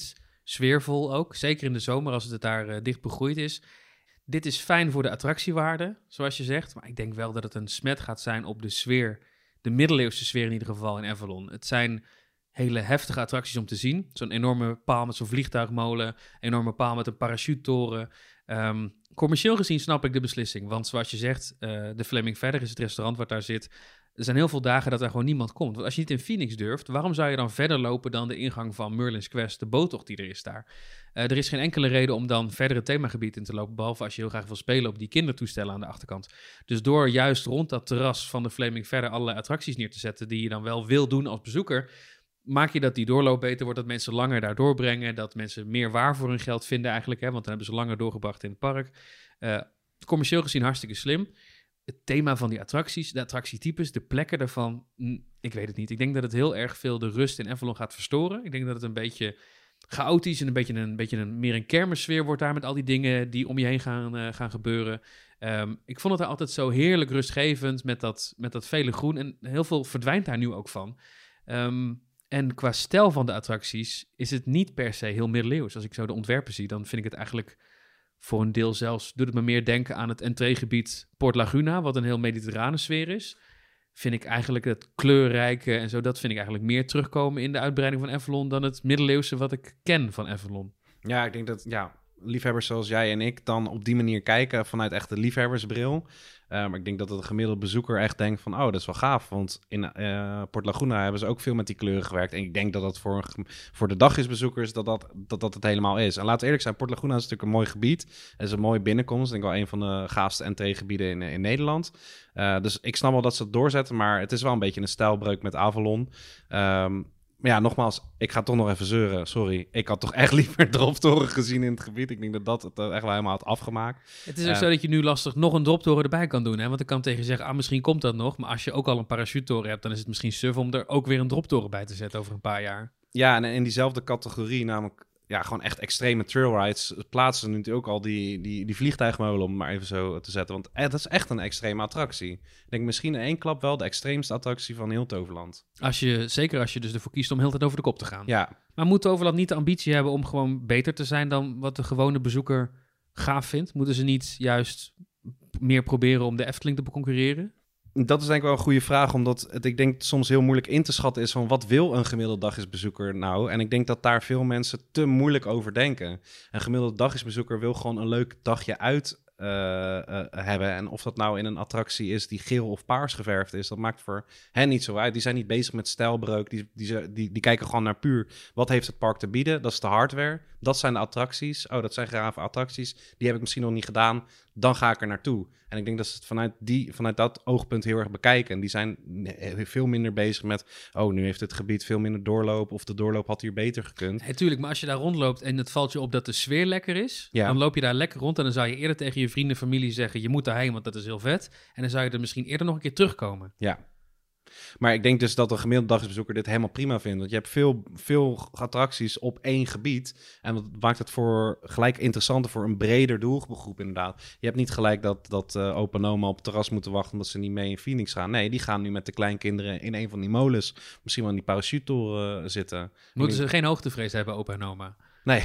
sfeervol ook. Zeker in de zomer als het daar uh, dicht begroeid is. Dit is fijn voor de attractiewaarde, zoals je zegt. Maar ik denk wel dat het een smet gaat zijn op de sfeer. De middeleeuwse sfeer in ieder geval in Avalon. Het zijn hele heftige attracties om te zien. Zo'n enorme paal met zo'n vliegtuigmolen. Een enorme paal met een parachutetoren. Um, commercieel gezien snap ik de beslissing. Want zoals je zegt, uh, de Flaming Feather is het restaurant wat daar zit. Er zijn heel veel dagen dat er gewoon niemand komt. Want als je niet in Phoenix durft, waarom zou je dan verder lopen dan de ingang van Merlin's Quest, de boottocht die er is daar? Uh, er is geen enkele reden om dan verder het themagebied in te lopen, behalve als je heel graag wil spelen op die kindertoestellen aan de achterkant. Dus door juist rond dat terras van de Flaming Feather allerlei attracties neer te zetten die je dan wel wil doen als bezoeker, maak je dat die doorloop beter wordt, dat mensen langer daar doorbrengen, dat mensen meer waar voor hun geld vinden eigenlijk, hè, want dan hebben ze langer doorgebracht in het park. Uh, commercieel gezien hartstikke slim. Het thema van die attracties, de attractietypes, de plekken daarvan, ik weet het niet. Ik denk dat het heel erg veel de rust in Avalon gaat verstoren. Ik denk dat het een beetje chaotisch en een beetje een, beetje een meer een kermissfeer wordt daar met al die dingen die om je heen gaan, uh, gaan gebeuren. Um, ik vond het er altijd zo heerlijk rustgevend met dat, met dat vele groen en heel veel verdwijnt daar nu ook van. Um, en qua stijl van de attracties is het niet per se heel middeleeuws. Als ik zo de ontwerpen zie, dan vind ik het eigenlijk voor een deel zelfs, doet het me meer denken aan het entreegebied Port Laguna, wat een heel mediterrane sfeer is. Vind ik eigenlijk het kleurrijke en zo, dat vind ik eigenlijk meer terugkomen in de uitbreiding van Avalon dan het middeleeuwse wat ik ken van Avalon. Ja, ik denk dat ja, liefhebbers zoals jij en ik dan op die manier kijken vanuit echt de liefhebbersbril. Uh, maar ik denk dat het gemiddelde bezoeker echt denkt van, oh, dat is wel gaaf. Want in uh, Port Laguna hebben ze ook veel met die kleuren gewerkt. En ik denk dat dat voor, voor de dagjesbezoekers dat dat, dat dat het helemaal is. En laten we eerlijk zijn, Port Laguna is natuurlijk een mooi gebied. Het is een mooie binnenkomst. Ik denk wel een van de gaafste entreegebieden in, in Nederland. Uh, dus ik snap wel dat ze het doorzetten. Maar het is wel een beetje een stijlbreuk met Avalon. Um, Maar ja, nogmaals, ik ga toch nog even zeuren. Sorry, ik had toch echt liever droptoren gezien in het gebied. Ik denk dat dat het echt wel helemaal had afgemaakt. Het is ook uh, zo dat je nu lastig nog een droptoren erbij kan doen. Hè? Want ik kan tegen je zeggen, ah, misschien komt dat nog. Maar als je ook al een parachutetoren hebt, dan is het misschien suf om er ook weer een droptoren bij te zetten over een paar jaar. Ja, en in diezelfde categorie, namelijk ja, gewoon echt extreme trailrides, plaatsen nu natuurlijk ook al die, die, die vliegtuigmolen, om het maar even zo te zetten. Want eh, dat is echt een extreme attractie. Ik denk misschien in één klap wel de extreemste attractie van heel Toverland. Als je, zeker als je dus ervoor kiest om heel de tijd over de kop te gaan. Ja. Maar moet Toverland niet de ambitie hebben om gewoon beter te zijn dan wat de gewone bezoeker gaaf vindt? Moeten ze niet juist meer proberen om de Efteling te beconcurreren? Dat is denk ik wel een goede vraag, omdat het, ik denk, soms heel moeilijk in te schatten is van wat wil een gemiddelde dagisbezoeker nou? En ik denk dat daar veel mensen te moeilijk over denken. Een gemiddelde dagisbezoeker wil gewoon een leuk dagje uit uh, uh, hebben. En of dat nou in een attractie is die geel of paars geverfd is, dat maakt voor hen niet zo uit. Die zijn niet bezig met stijlbreuk, die, die, die, die kijken gewoon naar puur wat heeft het park te bieden. Dat is de hardware, dat zijn de attracties. Oh, dat zijn gave attracties, die heb ik misschien nog niet gedaan. Dan ga ik er naartoe. En ik denk dat ze het vanuit, die, vanuit dat oogpunt heel erg bekijken. En die zijn veel minder bezig met, oh, nu heeft het gebied veel minder doorloop, of de doorloop had hier beter gekund. Hey, tuurlijk, maar als je daar rondloopt en het valt je op dat de sfeer lekker is, ja. dan loop je daar lekker rond en dan zou je eerder tegen je vrienden, familie zeggen, je moet daarheen, want dat is heel vet. En dan zou je er misschien eerder nog een keer terugkomen. Ja. Maar ik denk dus dat een gemiddelde dagsbezoeker dit helemaal prima vindt. Want je hebt veel, veel attracties op één gebied. En dat maakt het voor gelijk interessanter voor een breder doelgroep inderdaad. Je hebt niet gelijk dat, dat uh, opa en oma op het terras moeten wachten omdat ze niet mee in Phoenix gaan. Nee, die gaan nu met de kleinkinderen in een van die molens misschien wel in die parachutetoren uh, zitten. Moeten ze geen hoogtevrees hebben, opa en oma? Nee.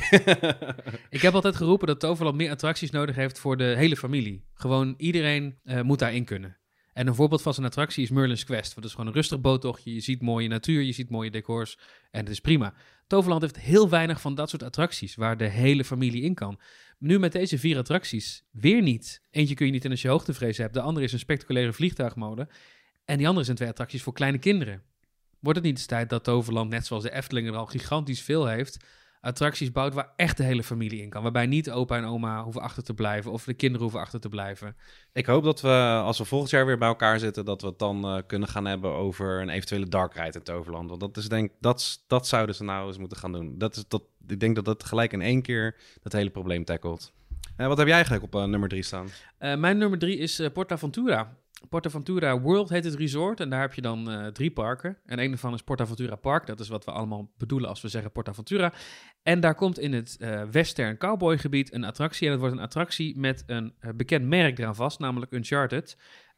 Ik heb altijd geroepen dat Toverland meer attracties nodig heeft voor de hele familie. Gewoon iedereen uh, moet daarin kunnen. En een voorbeeld van zijn attractie is Merlin's Quest. Dat is gewoon een rustig boottochtje. Je ziet mooie natuur, je ziet mooie decors. En het is prima. Toverland heeft heel weinig van dat soort attracties waar de hele familie in kan. Nu met deze vier attracties weer niet. Eentje kun je niet in als je hoogtevrees hebt. De andere is een spectaculaire vliegtuigmolen. En die andere zijn twee attracties voor kleine kinderen. Wordt het niet eens tijd dat Toverland, net zoals de Efteling er al gigantisch veel heeft, attracties bouwt waar echt de hele familie in kan. Waarbij niet opa en oma hoeven achter te blijven of de kinderen hoeven achter te blijven. Ik hoop dat we, als we volgend jaar weer bij elkaar zitten, dat we het dan uh, kunnen gaan hebben over een eventuele dark ride in Toverland. Want dat is denk dat, dat zouden ze nou eens moeten gaan doen. Dat is, dat, ik denk dat dat gelijk in één keer dat hele probleem tackelt. Uh, wat heb jij eigenlijk op uh, nummer drie staan? Uh, mijn nummer drie is uh, PortAventura. PortAventura World heet het resort en daar heb je dan uh, drie parken. En een daarvan is PortAventura Park, dat is wat we allemaal bedoelen als we zeggen PortAventura. En daar komt in het uh, Western Cowboy gebied een attractie. En dat wordt een attractie met een uh, bekend merk eraan vast, namelijk Uncharted.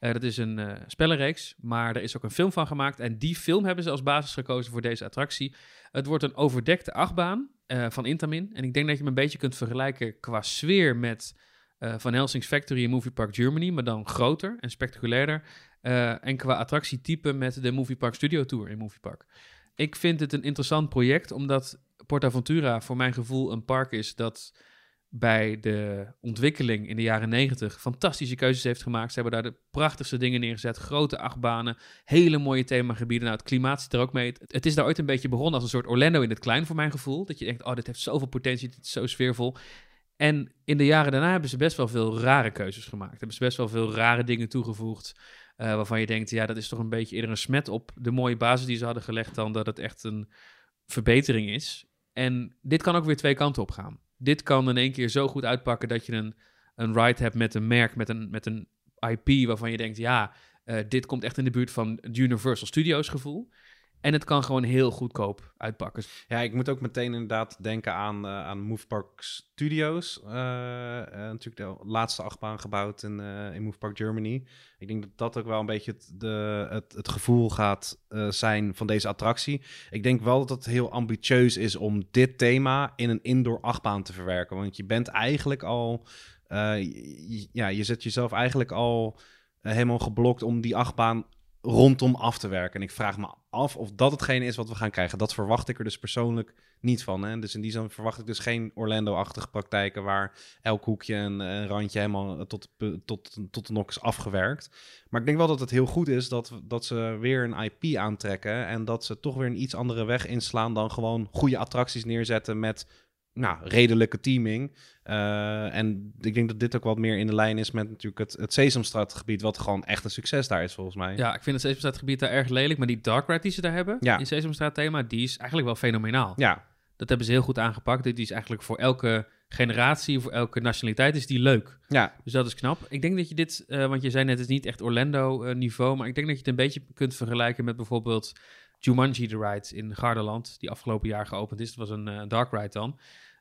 Uh, dat is een uh, spellenreeks, maar er is ook een film van gemaakt. En die film hebben ze als basis gekozen voor deze attractie. Het wordt een overdekte achtbaan uh, van Intamin. En ik denk dat je hem een beetje kunt vergelijken qua sfeer met uh, Van Helsing's Factory in Movie Park Germany, maar dan groter en spectaculairder. Uh, en qua attractietype met de Movie Park Studio Tour in Movie Park. Ik vind het een interessant project, omdat PortAventura voor mijn gevoel een park is dat bij de ontwikkeling in de jaren negentig fantastische keuzes heeft gemaakt. Ze hebben daar de prachtigste dingen neergezet. Grote achtbanen, hele mooie themagebieden. Nou, het klimaat zit er ook mee. Het, het is daar ooit een beetje begonnen als een soort Orlando in het klein voor mijn gevoel. Dat je denkt, oh, dit heeft zoveel potentie, dit is zo sfeervol. En in de jaren daarna hebben ze best wel veel rare keuzes gemaakt. Hebben ze best wel veel rare dingen toegevoegd. Uh, waarvan je denkt, ja, dat is toch een beetje eerder een smet op de mooie basis die ze hadden gelegd dan dat het echt een verbetering is. En dit kan ook weer twee kanten op gaan. Dit kan in één keer zo goed uitpakken dat je een, een ride hebt met een merk, met een, met een I P waarvan je denkt, ja, uh, dit komt echt in de buurt van het Universal Studios gevoel. En het kan gewoon heel goedkoop uitpakken. Ja, ik moet ook meteen inderdaad denken aan, uh, aan Movie Park Studios. Uh, uh, natuurlijk de laatste achtbaan gebouwd in, uh, in Movie Park Germany. Ik denk dat dat ook wel een beetje het, de, het, het gevoel gaat uh, zijn van deze attractie. Ik denk wel dat het heel ambitieus is om dit thema in een indoor achtbaan te verwerken. Want je bent eigenlijk al... Uh, je, ja, je zet jezelf eigenlijk al uh, helemaal geblokt om die achtbaan rondom af te werken. En ik vraag me af of dat hetgene is wat we gaan krijgen. Dat verwacht ik er dus persoonlijk niet van. Hè? Dus in die zin verwacht ik dus geen Orlando-achtige praktijken waar elk hoekje en een randje helemaal tot, tot, tot de nok is afgewerkt. Maar ik denk wel dat het heel goed is dat, dat ze weer een I P aantrekken en dat ze toch weer een iets andere weg inslaan dan gewoon goede attracties neerzetten met nou, redelijke teaming. Uh, en ik denk dat dit ook wat meer in de lijn is met natuurlijk het, het Sesamstraatgebied, wat gewoon echt een succes daar is volgens mij. Ja, ik vind het Sesamstraatgebied daar erg lelijk, maar die dark ride die ze daar hebben ja. in Sesamstraat thema, die is eigenlijk wel fenomenaal. Ja. Dat hebben ze heel goed aangepakt. Dit is eigenlijk voor elke generatie, voor elke nationaliteit is die leuk. Ja. Dus dat is knap. Ik denk dat je dit, uh, want je zei net, het is niet echt Orlando uh, niveau, maar ik denk dat je het een beetje kunt vergelijken met bijvoorbeeld Jumanji the Ride in Gardaland, die afgelopen jaar geopend is. Dat was een uh, dark ride dan.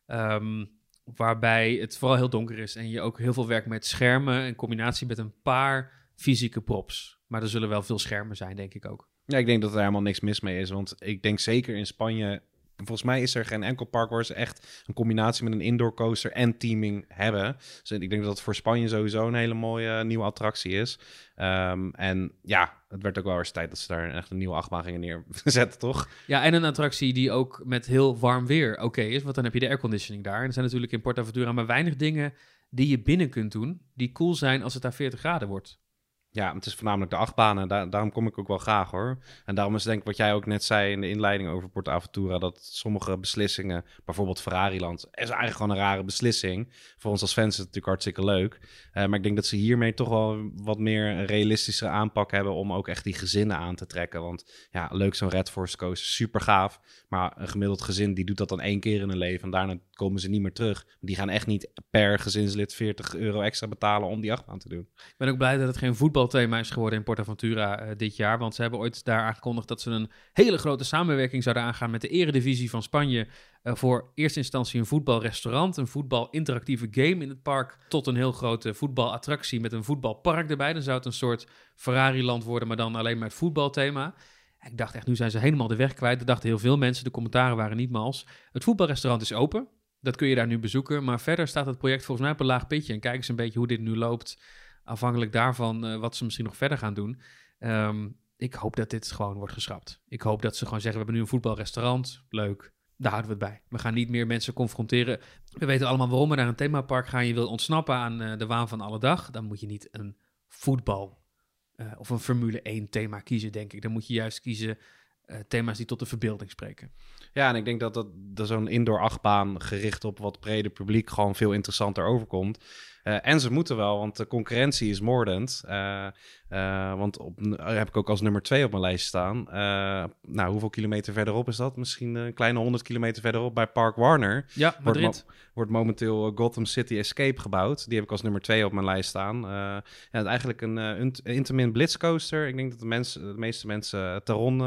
Um, waarbij het vooral heel donker is en je ook heel veel werkt met schermen in combinatie met een paar fysieke props. Maar er zullen wel veel schermen zijn, denk ik ook. Ja, ik denk dat er helemaal niks mis mee is, want ik denk zeker in Spanje, volgens mij is er geen enkel park waar ze echt een combinatie met een indoor coaster en teaming hebben. Dus ik denk dat het voor Spanje sowieso een hele mooie uh, nieuwe attractie is. Um, en ja, het werd ook wel eens tijd dat ze daar echt een nieuwe achtbaan gingen neerzetten, toch? Ja, en een attractie die ook met heel warm weer oké okay is, want dan heb je de airconditioning daar. En er zijn natuurlijk in PortAventura maar weinig dingen die je binnen kunt doen, die cool zijn als het daar veertig graden wordt. Ja, het is voornamelijk de achtbanen. Da- daarom kom ik ook wel graag, hoor. En daarom is denk ik wat jij ook net zei in de inleiding over PortAventura, dat sommige beslissingen, bijvoorbeeld Ferrariland, is eigenlijk gewoon een rare beslissing. Voor ons als fans is het natuurlijk hartstikke leuk. Uh, maar ik denk dat ze hiermee toch wel wat meer een realistische aanpak hebben om ook echt die gezinnen aan te trekken. Want ja, leuk zo'n Red Force coaster, super gaaf. Maar een gemiddeld gezin die doet dat dan één keer in hun leven en daarna komen ze niet meer terug. Die gaan echt niet per gezinslid veertig euro extra betalen om die achtbaan te doen. Ik ben ook blij dat het geen voetbalthema is geworden in PortAventura uh, dit jaar. Want ze hebben ooit daar aangekondigd dat ze een hele grote samenwerking zouden aangaan met de Eredivisie van Spanje. Uh, voor eerste instantie een voetbalrestaurant, een voetbal-interactieve game in het park, tot een heel grote voetbalattractie met een voetbalpark erbij. Dan zou het een soort Ferrari-land worden, maar dan alleen met voetbalthema. Ik dacht echt, nu zijn ze helemaal de weg kwijt. Dat dachten heel veel mensen. De commentaren waren niet mals. Het voetbalrestaurant is open. Dat kun je daar nu bezoeken. Maar verder staat het project volgens mij op een laag pitje. En kijk eens een beetje hoe dit nu loopt. Afhankelijk daarvan uh, wat ze misschien nog verder gaan doen. Um, ik hoop dat dit gewoon wordt geschrapt. Ik hoop dat ze gewoon zeggen, we hebben nu een voetbalrestaurant. Leuk. Daar houden we het bij. We gaan niet meer mensen confronteren. We weten allemaal waarom we naar een themapark gaan. Je wil ontsnappen aan uh, de waan van alle dag. Dan moet je niet een voetbal uh, of een Formule één thema kiezen, denk ik. Dan moet je juist kiezen uh, thema's die tot de verbeelding spreken. Ja, en ik denk dat, dat, dat zo'n indoor achtbaan gericht op wat breder publiek gewoon veel interessanter overkomt. Uh, en ze moeten wel, want de concurrentie is moordend. Uh, uh, want op, uh, heb ik ook als nummer twee op mijn lijst staan. Uh, nou, hoeveel kilometer verderop is dat? Misschien een kleine honderd kilometer verderop bij Park Warner. Ja, Madrid. Wordt, mo- wordt momenteel Gotham City Escape gebouwd. Die heb ik als nummer twee op mijn lijst staan. Uh, ja, eigenlijk een uh, Intamin Blitzcoaster. Ik denk dat de, mensen, de meeste mensen Taron uh, wel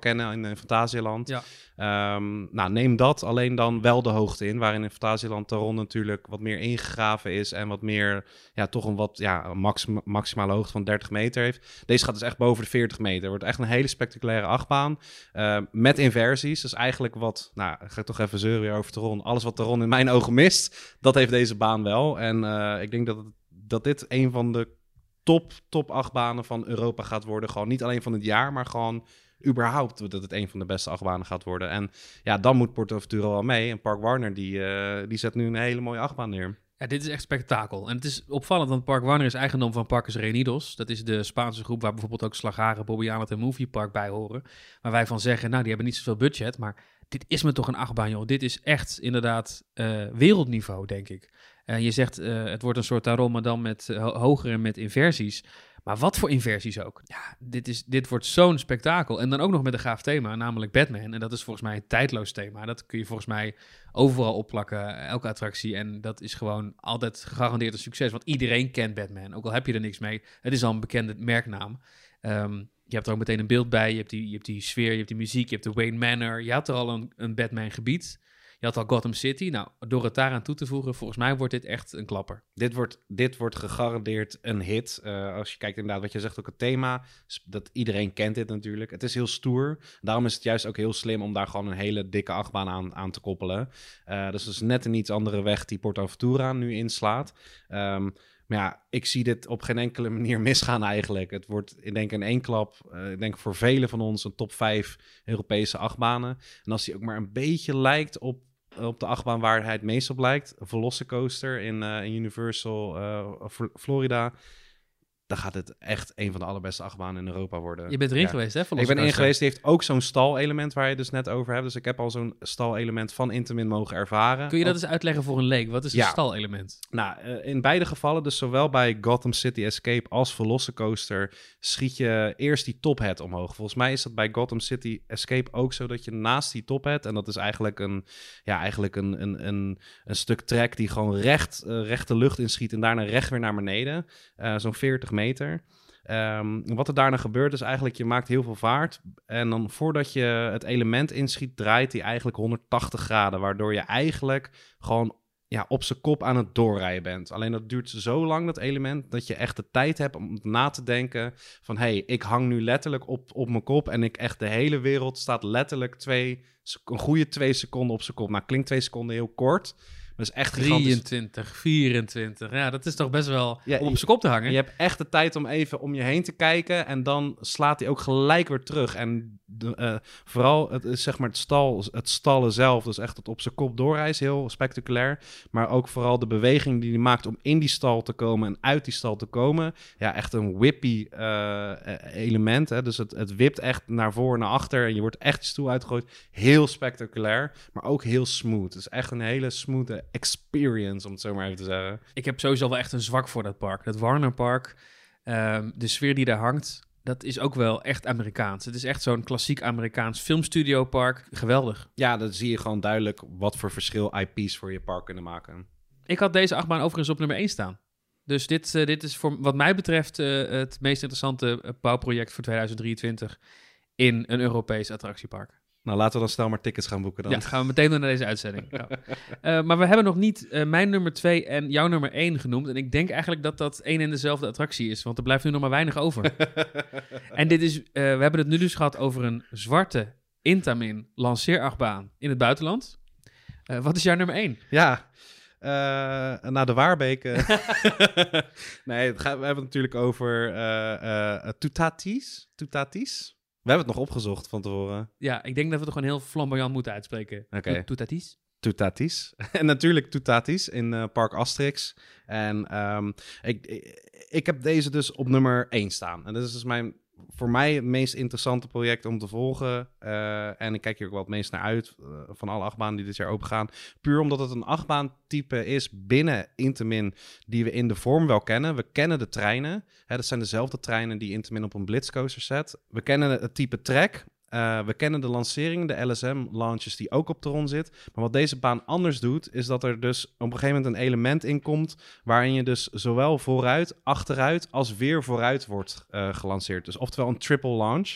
kennen in, in Fantasieland. Ja. Um, nou, neem dat alleen dan wel de hoogte in, waarin in Fantasieland Taron natuurlijk wat meer ingegraven is en wat meer, ja, toch een wat, ja, een maxima, maximale hoogte van dertig meter heeft. Deze gaat dus echt boven de veertig meter. Wordt echt een hele spectaculaire achtbaan uh, met inversies. Dus eigenlijk wat, nou, ga ik toch even zeuren weer over Taron. Alles wat Taron in mijn ogen mist, dat heeft deze baan wel. En uh, ik denk dat, het, dat dit een van de top, top achtbanen van Europa gaat worden. Gewoon niet alleen van het jaar, maar gewoon überhaupt dat het een van de beste achtbanen gaat worden. En ja, dan moet PortAventura wel mee. En Park Warner, die, uh, die zet nu een hele mooie achtbaan neer. Ja, dit is echt spektakel. En het is opvallend, want Park Warner is eigendom van Parques Reunidos. Dat is de Spaanse groep waar bijvoorbeeld ook Slagharen, Bobbejaanland en Movie Park bij horen. Waar wij van zeggen, nou, die hebben niet zoveel budget, maar dit is me toch een achtbaan, joh. Dit is echt inderdaad uh, wereldniveau, denk ik. Uh, je zegt, uh, het wordt een soort Taron, maar dan met uh, hoger en met inversies. Maar wat voor inversies ook. Ja, dit, is, dit wordt zo'n spektakel. En dan ook nog met een gaaf thema, namelijk Batman. En dat is volgens mij een tijdloos thema. Dat kun je volgens mij overal opplakken, elke attractie. En dat is gewoon altijd gegarandeerd een succes. Want iedereen kent Batman, ook al heb je er niks mee. Het is al een bekende merknaam. Um, je hebt er ook meteen een beeld bij. Je hebt die, je hebt die sfeer, je hebt die muziek, je hebt de Wayne Manor. Je had er al een, een Batman gebied. Je had al Gotham City. Nou, door het daaraan toe te voegen, volgens mij wordt dit echt een klapper. Dit wordt, dit wordt gegarandeerd een hit. Uh, als je kijkt inderdaad wat je zegt, ook het thema. Dat iedereen kent dit natuurlijk. Het is heel stoer. Daarom is het juist ook heel slim om daar gewoon een hele dikke achtbaan aan, aan te koppelen. Uh, dus dat is net een iets andere weg die PortAventura nu inslaat. Um, Maar ja, ik zie dit op geen enkele manier misgaan eigenlijk. Het wordt, ik denk in één klap, uh, ik denk voor velen van ons een top vijf Europese achtbanen. En als die ook maar een beetje lijkt op, op de achtbaan waar hij het meest op lijkt, Velocicoaster in, uh, in Universal uh, Florida, dan gaat het echt een van de allerbeste achtbanen in Europa worden. Je bent erin ja. geweest, hè? Ik ben erin geweest. Die heeft ook zo'n stalelement waar je dus net over hebt. Dus ik heb al zo'n stalelement van Intamin mogen ervaren. Kun je dat ook... eens uitleggen voor een leek? Wat is een ja. stalelement? Nou, uh, in beide gevallen, dus zowel bij Gotham City Escape als Velocicoaster, schiet je eerst die top hat omhoog. Volgens mij is dat bij Gotham City Escape ook zo dat je naast die top hat, en dat is eigenlijk een, ja, eigenlijk een, een, een, een stuk track die gewoon recht, uh, recht de lucht inschiet en daarna recht weer naar beneden. Uh, zo'n veertig meter. Um, wat er daarna gebeurt is eigenlijk, je maakt heel veel vaart. En dan voordat je het element inschiet, draait hij eigenlijk honderdtachtig graden. Waardoor je eigenlijk gewoon ja, op zijn kop aan het doorrijden bent. Alleen dat duurt zo lang, dat element, dat je echt de tijd hebt om na te denken van, hé, hey, ik hang nu letterlijk op, op mijn kop en ik echt de hele wereld staat letterlijk twee, een goede twee seconden op zijn kop. Nou, klinkt twee seconden heel kort. Dat is echt gigantisch. drieëntwintig, vierentwintig. Ja, dat is toch best wel ja, om op zijn kop te hangen. Je hebt echt de tijd om even om je heen te kijken. En dan slaat hij ook gelijk weer terug. En de, uh, vooral het, zeg maar het, stal, het stallen zelf. Dus echt het op zijn kop doorreizen. Heel spectaculair. Maar ook vooral de beweging die hij maakt om in die stal te komen en uit die stal te komen. Ja, echt een whippy uh, element. Hè? Dus het, het wipt echt naar voren, naar achter. En je wordt echt je stoel uitgegooid. Heel spectaculair. Maar ook heel smooth. Het is echt een hele smooth experience, om het zo maar even te zeggen. Ik heb sowieso wel echt een zwak voor dat park. Dat Warner Park, um, de sfeer die daar hangt, dat is ook wel echt Amerikaans. Het is echt zo'n klassiek Amerikaans filmstudio park. Geweldig. Ja, dan zie je gewoon duidelijk wat voor verschil I P's voor je park kunnen maken. Ik had deze achtbaan overigens op nummer één staan. Dus dit, uh, dit is voor wat mij betreft uh, het meest interessante uh, bouwproject voor tweeduizend drieëntwintig in een Europees attractiepark. Nou, laten we dan snel maar tickets gaan boeken dan. Ja, gaan we meteen door naar deze uitzending. Ja. Uh, maar we hebben nog niet uh, mijn nummer twee en jouw nummer één genoemd. En ik denk eigenlijk dat dat één en dezelfde attractie is. Want er blijft nu nog maar weinig over. En dit is, uh, we hebben het nu dus gehad over een zwarte Intamin lanceerachtbaan in het buitenland. Uh, wat is jouw nummer één? Ja, uh, naar de Waarbeke. Nee, het gaat, we hebben het natuurlijk over uh, uh, Toutatis. Toutatis. We hebben het nog opgezocht van tevoren. Ja, ik denk dat we het gewoon heel flamboyant moeten uitspreken. Oké. Okay. Toutatis? Toutatis. En natuurlijk Toutatis in uh, Park Asterix. En um, ik, ik, ik heb deze dus op nummer één staan. En dat is dus mijn, voor mij het meest interessante project om te volgen. Uh, en ik kijk hier ook wel het meest naar uit uh, van alle achtbanen die dit jaar open gaan. Puur omdat het een achtbaantype is binnen Intamin die we in de vorm wel kennen. We kennen de treinen. Hè, dat zijn dezelfde treinen die Intamin op een blitzcoaster zet. We kennen het type track. Uh, we kennen de lancering, de L S M-launches die ook op Taron zit. Maar wat deze baan anders doet, is dat er dus op een gegeven moment een element in komt waarin je dus zowel vooruit, achteruit als weer vooruit wordt uh, gelanceerd. Dus oftewel een triple launch.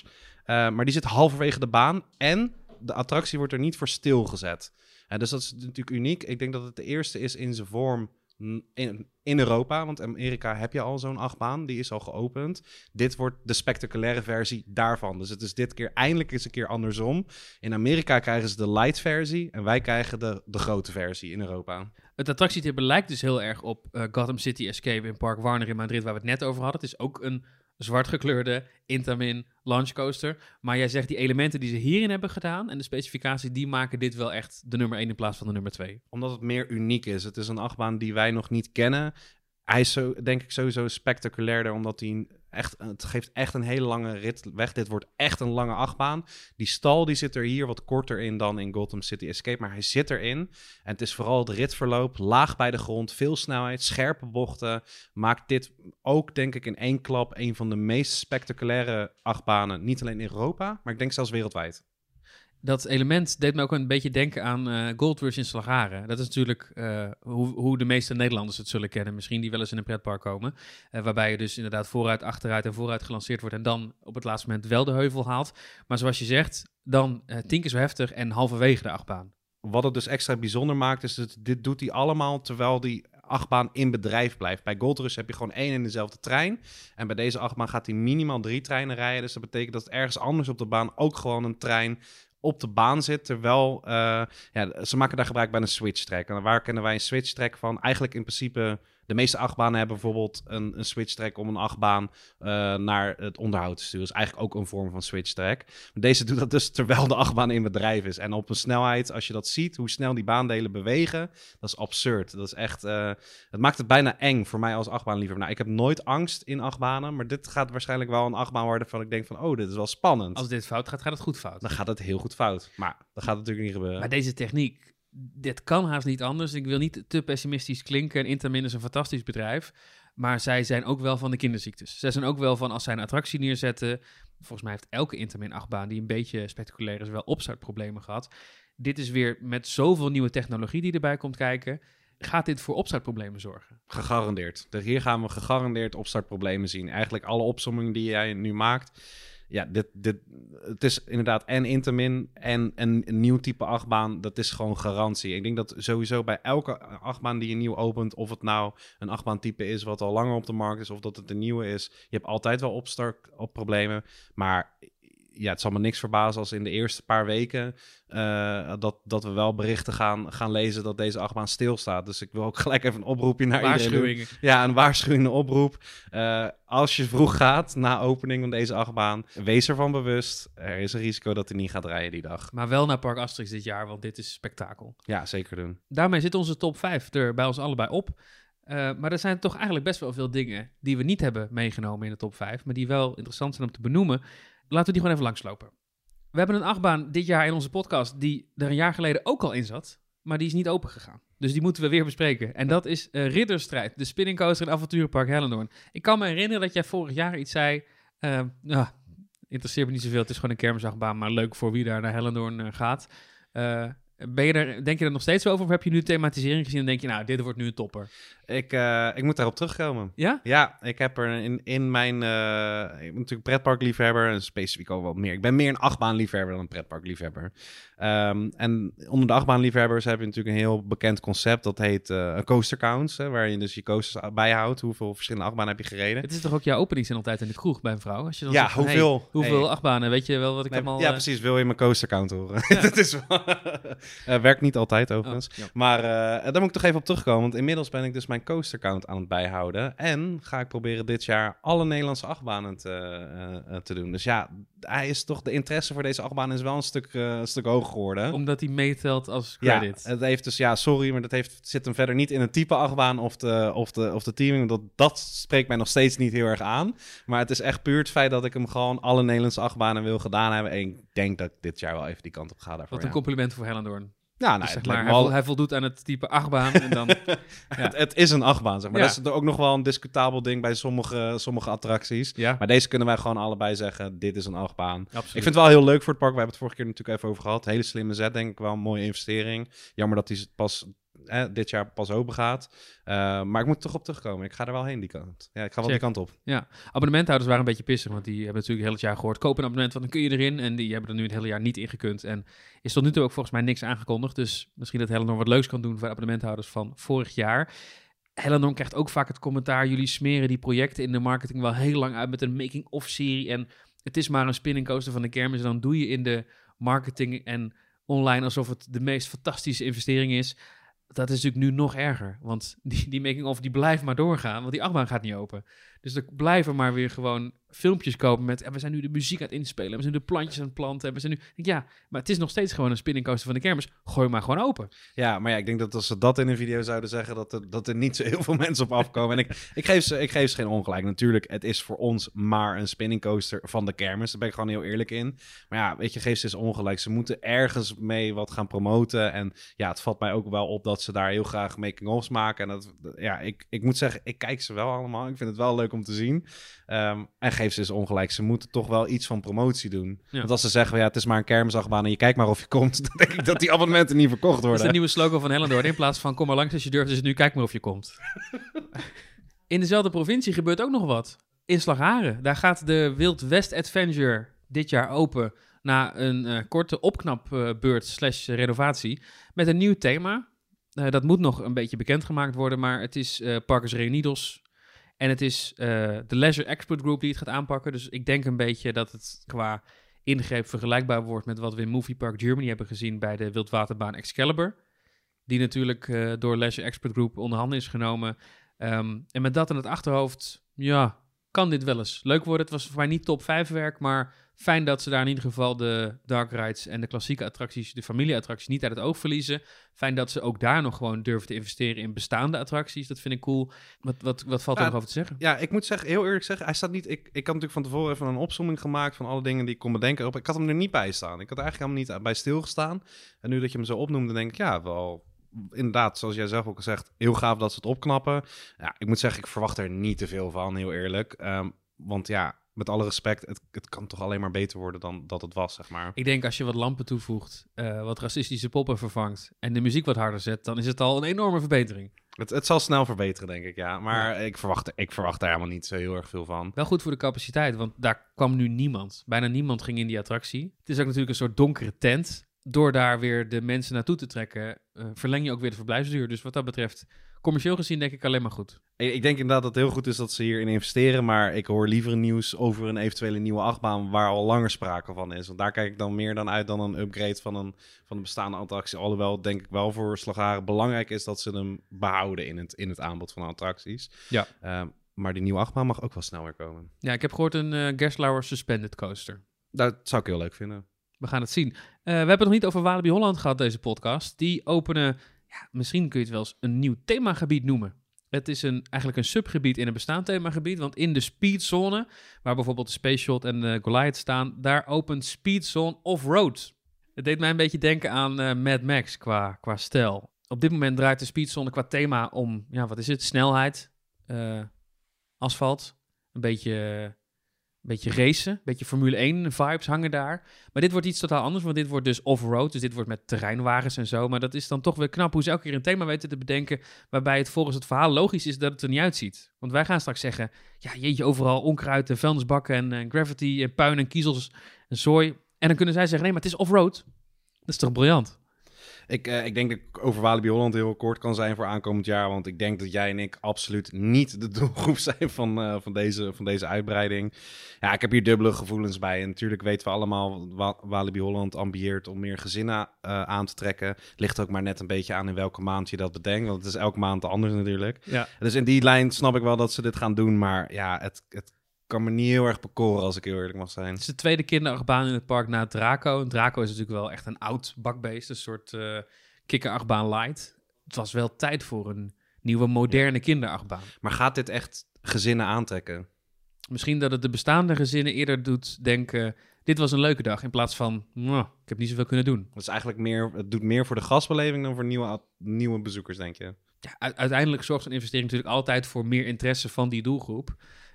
Uh, maar die zit halverwege de baan en de attractie wordt er niet voor stilgezet. Uh, dus dat is natuurlijk uniek. Ik denk dat het de eerste is in zijn vorm in, in Europa. Want in Amerika heb je al zo'n achtbaan. Die is al geopend. Dit wordt de spectaculaire versie daarvan. Dus het is dit keer eindelijk eens een keer andersom. In Amerika krijgen ze de light versie. En wij krijgen de, de grote versie in Europa. Het attractietype lijkt dus heel erg op uh, Gotham City Escape in Park Warner in Madrid, waar we het net over hadden. Het is ook een zwart gekleurde Intamin launchcoaster. Maar jij zegt die elementen die ze hierin hebben gedaan en de specificatie, die maken dit wel echt de nummer één in plaats van de nummer twee. Omdat het meer uniek is. Het is een achtbaan die wij nog niet kennen. Hij is zo, denk ik sowieso spectaculairder, omdat hij echt, het geeft echt een hele lange rit weg. Dit wordt echt een lange achtbaan. Die stal die zit er hier wat korter in dan in Gotham City Escape, maar hij zit erin. En het is vooral het ritverloop, laag bij de grond, veel snelheid, scherpe bochten. Maakt dit ook, denk ik, in één klap een van de meest spectaculaire achtbanen. Niet alleen in Europa, maar ik denk zelfs wereldwijd. Dat element deed me ook een beetje denken aan uh, Gold Rush in Slagharen. Dat is natuurlijk uh, hoe, hoe de meeste Nederlanders het zullen kennen. Misschien die wel eens in een pretpark komen. Uh, waarbij je dus inderdaad vooruit, achteruit en vooruit gelanceerd wordt. En dan op het laatste moment wel de heuvel haalt. Maar zoals je zegt, dan uh, tien keer zo heftig en halverwege de achtbaan. Wat het dus extra bijzonder maakt, is dat dit doet hij allemaal terwijl die achtbaan in bedrijf blijft. Bij Gold Rush heb je gewoon één en dezelfde trein. En bij deze achtbaan gaat hij minimaal drie treinen rijden. Dus dat betekent dat ergens anders op de baan ook gewoon een trein op de baan zit, terwijl uh, ja, ze maken daar gebruik bij een switch track. En waar kennen wij een switch track van? Eigenlijk in principe, de meeste achtbanen hebben bijvoorbeeld een, een switch track om een achtbaan uh, naar het onderhoud te sturen. Dat is eigenlijk ook een vorm van switch track. Maar deze doet dat dus terwijl de achtbaan in bedrijf is. En op een snelheid, als je dat ziet, hoe snel die baandelen bewegen, dat is absurd. Dat is echt, uh, het maakt het bijna eng voor mij als achtbaanliefhebber. Nou, ik heb nooit angst in achtbanen, maar dit gaat waarschijnlijk wel een achtbaan worden waarvan ik denk van, oh, dit is wel spannend. Als dit fout gaat, gaat het goed fout. Dan gaat het heel goed fout. Maar dat gaat natuurlijk niet gebeuren. Maar deze techniek, dit kan haast niet anders. Ik wil niet te pessimistisch klinken. Intamin is een fantastisch bedrijf. Maar zij zijn ook wel van de kinderziektes. Zij zijn ook wel van, als zij een attractie neerzetten, volgens mij heeft elke Intamin achtbaan die een beetje spectaculair is wel opstartproblemen gehad. Dit is weer met zoveel nieuwe technologie die erbij komt kijken, gaat dit voor opstartproblemen zorgen? Gegarandeerd. Dus hier gaan we gegarandeerd opstartproblemen zien. Eigenlijk alle opsommingen die jij nu maakt. Ja, dit, dit, het is inderdaad en Intamin en een, een nieuw type achtbaan. Dat is gewoon garantie. Ik denk dat sowieso bij elke achtbaan die je nieuw opent, of het nou een achtbaantype is wat al langer op de markt is, of dat het een nieuwe is, je hebt altijd wel opstart op problemen. Maar ja, het zal me niks verbazen als in de eerste paar weken uh, dat, dat we wel berichten gaan, gaan lezen dat deze achtbaan stilstaat. Dus ik wil ook gelijk even een oproepje naar Waarschuwingen. iedereen doen. Ja, een waarschuwende oproep. Uh, als je vroeg gaat na opening van deze achtbaan, wees ervan bewust. Er is een risico dat hij niet gaat rijden die dag. Maar wel naar Park Asterix dit jaar, want dit is spektakel. Ja, zeker doen. Daarmee zit onze top vijf er bij ons allebei op. Uh, maar er zijn toch eigenlijk best wel veel dingen die we niet hebben meegenomen in de top vijf, maar die wel interessant zijn om te benoemen. Laten we die gewoon even langslopen. We hebben een achtbaan dit jaar in onze podcast die er een jaar geleden ook al in zat, maar die is niet open gegaan. Dus die moeten we weer bespreken. En dat is uh, Ridderstrijd, de spinning coaster in Avonturenpark Hellendoorn. Ik kan me herinneren dat jij vorig jaar iets zei, uh, nou, interesseert me niet zoveel, het is gewoon een kermisachtbaan, maar leuk voor wie daar naar Hellendoorn uh, gaat. Uh, Ben je er, denk je er nog steeds over of heb je nu thematisering gezien en denk je, nou, dit wordt nu een topper? Ik, uh, ik moet daarop terugkomen. Ja? Ja, ik heb er in, in mijn... Uh, ik ben natuurlijk pretparkliefhebber en specifiek ook wat meer. Ik ben meer een achtbaanliefhebber dan een pretparkliefhebber. Um, en onder de achtbaanliefhebbers heb je natuurlijk een heel bekend concept. Dat heet uh, coaster counts, hè, waar je dus je coasters bijhoudt. Hoeveel verschillende achtbanen heb je gereden? Het is toch ook jouw openingszin altijd in de kroeg bij een vrouw? Als je dan ja, zegt van, hoeveel? Hey, hoeveel hey. achtbanen? Weet je wel wat ik nee, allemaal... Ja, uh... precies. Wil je mijn coaster count horen? Ja. Dat is wel... uh, werkt niet altijd overigens. Oh, ja. Maar uh, daar moet ik toch even op terugkomen. Want inmiddels ben ik dus mijn coaster count aan het bijhouden. En ga ik proberen dit jaar alle Nederlandse achtbanen te, uh, uh, te doen. Dus ja, hij is toch, de interesse voor deze achtbaan is wel een stuk, uh, een stuk hoger geworden. Omdat hij meetelt als credit. Ja, het heeft dus, ja, sorry, maar dat heeft, zit hem verder niet in een type achtbaan of de, of de, of de teaming. Dat, dat spreekt mij nog steeds niet heel erg aan. Maar het is echt puur het feit dat ik hem gewoon alle Nederlandse achtbanen wil gedaan hebben. En ik denk dat ik dit jaar wel even die kant op ga daarvoor. Wat een ja. compliment voor Hellendoorn. Ja, nou, dus zeg het maar, hij, al... vo- hij voldoet aan het type achtbaan en dan... ja. het, het is een achtbaan, zeg maar. Ja. Dat is ook nog wel een discutabel ding bij sommige, sommige attracties. Ja. Maar deze kunnen wij gewoon allebei zeggen, dit is een achtbaan. Absoluut. Ik vind het wel heel leuk voor het park. We hebben het vorige keer natuurlijk even over gehad. Hele slimme zet, denk ik wel. Een mooie investering. Jammer dat hij pas eh, dit jaar pas open gaat. Uh, maar ik moet er toch op terugkomen. Ik ga er wel heen die kant. Ja, ik ga wel Check. die kant op. Ja, abonnementhouders waren een beetje pissig, want die hebben natuurlijk heel het jaar gehoord. Koop een abonnement, want dan kun je erin. En die hebben er nu het hele jaar niet in gekund. En is tot nu toe ook volgens mij niks aangekondigd. Dus misschien dat Hellendoorn wat leuks kan doen voor de abonnementhouders van vorig jaar. Hellendoorn krijgt ook vaak het commentaar: jullie smeren die projecten in de marketing wel heel lang uit met een making-of-serie. En het is maar een spinning coaster van de kermis. En dan doe je in de marketing en online alsof het de meest fantastische investering is. Dat is natuurlijk nu nog erger, want die, die making-of die blijft maar doorgaan, want die achtbaan gaat niet open. Dus er blijven maar weer gewoon filmpjes kopen met, en we zijn nu de muziek aan het inspelen, we zijn nu de plantjes aan het planten, en we zijn nu, ja, maar het is nog steeds gewoon een spinning coaster van de kermis, gooi maar gewoon open. Ja, maar ja, ik denk dat als ze dat in een video zouden zeggen, dat er, dat er niet zo heel veel mensen op afkomen. En ik, ik, geef ze, ik geef ze geen ongelijk. Natuurlijk, het is voor ons maar een spinning coaster van de kermis, daar ben ik gewoon heel eerlijk in. Maar ja, weet je, geef ze eens ongelijk. Ze moeten ergens mee wat gaan promoten, en ja, het valt mij ook wel op dat ze daar heel graag making-ofs maken. En dat, ja, ik, ik moet zeggen, ik kijk ze wel allemaal. Ik vind het wel leuk om te zien. Um, en geef ze eens ongelijk. Ze moeten toch wel iets van promotie doen. Ja. Want als ze zeggen, ja, het is maar een kermisachtbaan en je kijkt maar of je komt, dan denk ik dat die abonnementen niet verkocht worden. Dat is de nieuwe slogan van Hellendoorn. In plaats van kom maar langs als je durft, is het nu kijk maar of je komt. In dezelfde provincie gebeurt ook nog wat. In Slagharen. Daar gaat de Wild West Adventure dit jaar open na een uh, korte opknapbeurt uh, slash renovatie met een nieuw thema. Uh, dat moet nog een beetje bekendgemaakt worden, maar het is uh, Parkers Reunidos. En het is uh, de Leisure Expert Group die het gaat aanpakken. Dus ik denk een beetje dat het qua ingreep vergelijkbaar wordt met wat we in Movie Park Germany hebben gezien bij de wildwaterbaan Excalibur. Die natuurlijk uh, door Leisure Expert Group onder handen is genomen. Um, en met dat in het achterhoofd, ja, kan dit wel eens leuk worden. Het was voor mij niet top vijf werk, maar fijn dat ze daar in ieder geval de dark rides en de klassieke attracties, de familieattracties, niet uit het oog verliezen. Fijn dat ze ook daar nog gewoon durven te investeren in bestaande attracties. Dat vind ik cool. Wat, wat, wat valt er ja, nog over te zeggen? Ja, ik moet zeggen, heel eerlijk zeggen, hij staat niet. Ik, ik had natuurlijk van tevoren even een opzomming gemaakt van alle dingen die ik kon bedenken. Ik had hem er niet bij staan. Ik had er eigenlijk helemaal niet bij stilgestaan. En nu dat je hem zo opnoemde, denk ik, ja, wel. Inderdaad, zoals jij zelf ook al zegt, heel gaaf dat ze het opknappen. Ja, ik moet zeggen, ik verwacht er niet te veel van, heel eerlijk. Um, want ja, met alle respect, het, het kan toch alleen maar beter worden dan dat het was, zeg maar. Ik denk als je wat lampen toevoegt, uh, wat racistische poppen vervangt en de muziek wat harder zet, dan is het al een enorme verbetering. Het, het zal snel verbeteren, denk ik, ja. Maar ja. Ik, verwacht, ik verwacht daar helemaal niet zo heel erg veel van. Wel goed voor de capaciteit, want daar kwam nu niemand. Bijna niemand ging in die attractie. Het is ook natuurlijk een soort donkere tent. Door daar weer de mensen naartoe te trekken, uh, verleng je ook weer de verblijfsduur. Dus wat dat betreft, commercieel gezien denk ik alleen maar goed. Ik denk inderdaad dat het heel goed is dat ze hierin investeren, maar ik hoor liever nieuws over een eventuele nieuwe achtbaan waar al langer sprake van is. Want daar kijk ik dan meer dan uit dan een upgrade van een, van een bestaande attractie. Alhoewel denk ik wel voor Slagharen belangrijk is dat ze hem behouden in het, in het aanbod van attracties. Ja. Uh, maar die nieuwe achtbaan mag ook wel snel weer komen. Ja, ik heb gehoord een uh, Gerstlauer Suspended Coaster. Dat zou ik heel leuk vinden. We gaan het zien. Uh, we hebben het nog niet over Walibi Holland gehad, deze podcast. Die openen, ja, misschien kun je het wel eens een nieuw themagebied noemen. Het is een, eigenlijk een subgebied in een bestaand themagebied. Want in de speedzone, waar bijvoorbeeld de Space Shot en de Goliath staan, daar opent Speedzone Offroad. Het deed mij een beetje denken aan uh, Mad Max qua, qua stijl. Op dit moment draait de speedzone qua thema om, ja, wat is het? Snelheid, uh, asfalt, een beetje... Een beetje racen, een beetje Formule één vibes hangen daar. Maar dit wordt iets totaal anders, want dit wordt dus off-road. Dus dit wordt met terreinwagens en zo. Maar dat is dan toch weer knap hoe ze elke keer een thema weten te bedenken, waarbij het volgens het verhaal logisch is dat het er niet uitziet. Want wij gaan straks zeggen, ja jeetje, overal onkruid en vuilnisbakken en, en gravity en puin en kiezels en zooi. En dan kunnen zij zeggen, nee, maar het is off-road. Dat is toch briljant? Ik, uh, ik denk dat ik over Walibi Holland heel kort kan zijn voor aankomend jaar. Want ik denk dat jij en ik absoluut niet de doelgroep zijn van, uh, van, deze, van deze uitbreiding. Ja, ik heb hier dubbele gevoelens bij. En natuurlijk weten we allemaal, Wa- Walibi Holland ambieert om meer gezinnen uh, aan te trekken. Ligt ook maar net een beetje aan in welke maand je dat bedenkt. Want het is elke maand anders natuurlijk. Ja. Dus in die lijn snap ik wel dat ze dit gaan doen. Maar ja, het... het kan me niet heel erg bekoren, als ik heel eerlijk mag zijn. Het is de tweede kinderachtbaan in het park na Draco. En Draco is natuurlijk wel echt een oud bakbeest. Een soort uh, kikkerachtbaan light. Het was wel tijd voor een nieuwe, moderne kinderachtbaan. Maar gaat dit echt gezinnen aantrekken? Misschien dat het de bestaande gezinnen eerder doet denken, dit was een leuke dag, in plaats van, nou, ik heb niet zoveel kunnen doen. Het is eigenlijk meer, het doet meer voor de gastbeleving dan voor nieuwe, nieuwe bezoekers, denk je? Ja, u- uiteindelijk zorgt een investering natuurlijk altijd voor meer interesse van die doelgroep.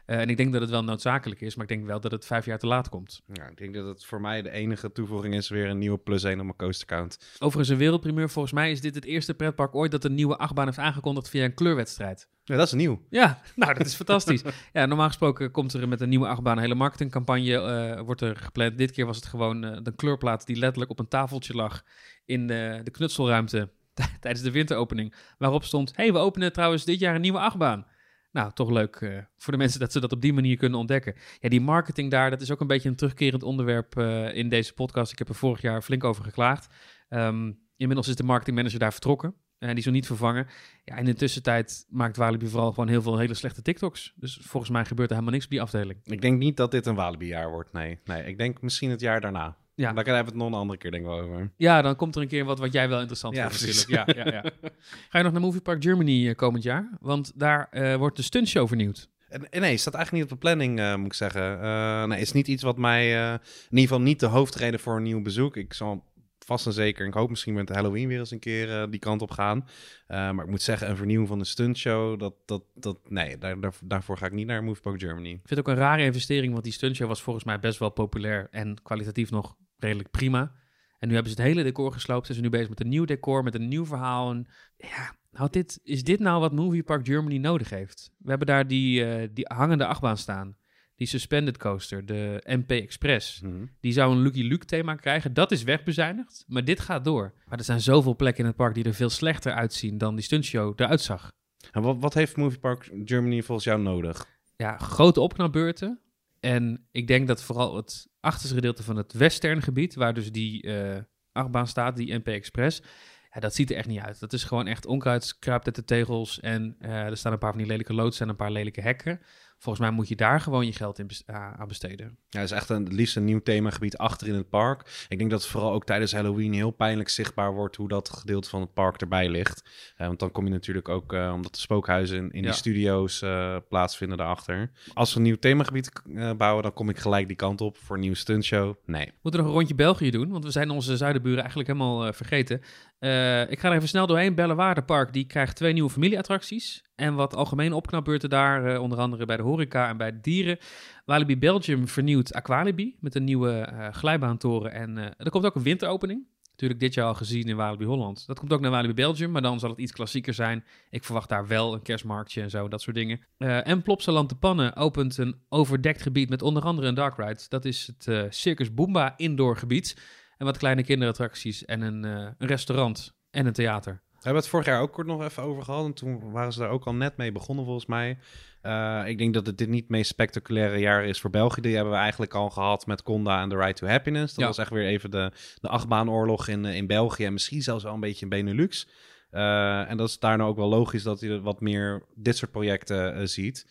Uh, en ik denk dat het wel noodzakelijk is, maar ik denk wel dat het vijf jaar te laat komt. Ja, ik denk dat het voor mij de enige toevoeging is weer een nieuwe plus één op mijn coastercount. Overigens een wereldprimeur. Volgens mij is dit het eerste pretpark ooit dat een nieuwe achtbaan heeft aangekondigd via een kleurwedstrijd. Ja, dat is nieuw. Ja, nou, dat is fantastisch. Ja, normaal gesproken komt er met een nieuwe achtbaan een hele marketingcampagne uh, wordt er gepland. Dit keer was het gewoon uh, de kleurplaat die letterlijk op een tafeltje lag in de, de knutselruimte tijdens de winteropening. Waarop stond, hey, we openen trouwens dit jaar een nieuwe achtbaan. Nou, toch leuk uh, voor de mensen dat ze dat op die manier kunnen ontdekken. Ja, die marketing daar, dat is ook een beetje een terugkerend onderwerp uh, in deze podcast. Ik heb er vorig jaar flink over geklaagd. Um, inmiddels is de marketingmanager daar vertrokken. En uh, die is nog niet vervangen. Ja, in de tussentijd maakt Walibi vooral gewoon heel veel hele slechte TikToks. Dus volgens mij gebeurt er helemaal niks op die afdeling. Ik denk niet dat dit een Walibi-jaar wordt, nee. Nee, ik denk misschien het jaar daarna. Ja. Daar hebben we het nog een andere keer denk ik wel over. Ja, dan komt er een keer wat, wat jij wel interessant ja, vindt natuurlijk. Ja, ja, ja. Ga je nog naar Movie Park Germany uh, komend jaar? Want daar uh, wordt de stuntshow vernieuwd. Nee, staat eigenlijk niet op de planning, uh, moet ik zeggen. Uh, nee, is niet iets wat mij... Uh, in ieder geval niet de hoofdreden voor een nieuw bezoek. Ik zal vast en zeker... Ik hoop misschien met Halloween weer eens een keer uh, die kant op gaan. Uh, maar ik moet zeggen, een vernieuwing van de stuntshow... Dat, dat, dat, nee, daar, daar, daarvoor ga ik niet naar Movie Park Germany. Ik vind het ook een rare investering... want die stuntshow was volgens mij best wel populair... en kwalitatief nog redelijk prima. En nu hebben ze het hele decor gesloopt. Ze zijn nu bezig met een nieuw decor, met een nieuw verhaal. En ja, nou dit, is dit nou wat Movie Park Germany nodig heeft? We hebben daar die, uh, die hangende achtbaan staan. Die suspended coaster, de M P Express. Mm-hmm. Die zou een Lucky Luke thema krijgen. Dat is wegbezuinigd, maar dit gaat door. Maar er zijn zoveel plekken in het park die er veel slechter uitzien dan die stuntshow eruit zag. En wat, wat heeft Movie Park Germany volgens jou nodig? Ja, grote opknapbeurten. En ik denk dat vooral het achterste gedeelte van het westerngebied, waar dus die uh, achtbaan staat, die M P Express, ja, dat ziet er echt niet uit. Dat is gewoon echt onkruid, kruipt uit de tegels en uh, er staan een paar van die lelijke loodsen en een paar lelijke hekken. Volgens mij moet je daar gewoon je geld in best- uh, aan besteden. Ja, het is echt een, het liefst een nieuw themagebied achter in het park. Ik denk dat het vooral ook tijdens Halloween heel pijnlijk zichtbaar wordt hoe dat gedeelte van het park erbij ligt. Uh, want dan kom je natuurlijk ook, uh, omdat de spookhuizen in, in ja. die studio's uh, plaatsvinden daarachter. Als we een nieuw themagebied uh, bouwen, dan kom ik gelijk die kant op voor een nieuwe stuntshow. Nee. We moeten nog een rondje België doen, want we zijn onze zuidenburen eigenlijk helemaal uh, vergeten. Uh, ik ga er even snel doorheen. Bellewaardepark, die krijgt twee nieuwe familieattracties. En wat algemene opknapbeurten daar, uh, onder andere bij de horeca en bij de dieren. Walibi Belgium vernieuwt Aqualibi met een nieuwe uh, glijbaantoren. En uh, er komt ook een winteropening. Natuurlijk dit jaar al gezien in Walibi Holland. Dat komt ook naar Walibi Belgium, maar dan zal het iets klassieker zijn. Ik verwacht daar wel een kerstmarktje en zo, dat soort dingen. Uh, en Plopsaland de Pannen opent een overdekt gebied met onder andere een dark ride. Dat is het uh, Circus Boomba indoor gebied. En wat kleine kinderattracties en een, uh, een restaurant en een theater. We hebben het vorig jaar ook kort nog even over gehad. En toen waren ze daar ook al net mee begonnen volgens mij. Uh, ik denk dat het dit niet het meest spectaculaire jaar is voor België. Die hebben we eigenlijk al gehad met Conda en The Ride to Happiness. Dat ja. was echt weer even de, de achtbaanoorlog in, in België. En misschien zelfs wel een beetje in Benelux. Uh, en dat is daar nou ook wel logisch dat je wat meer dit soort projecten uh, ziet.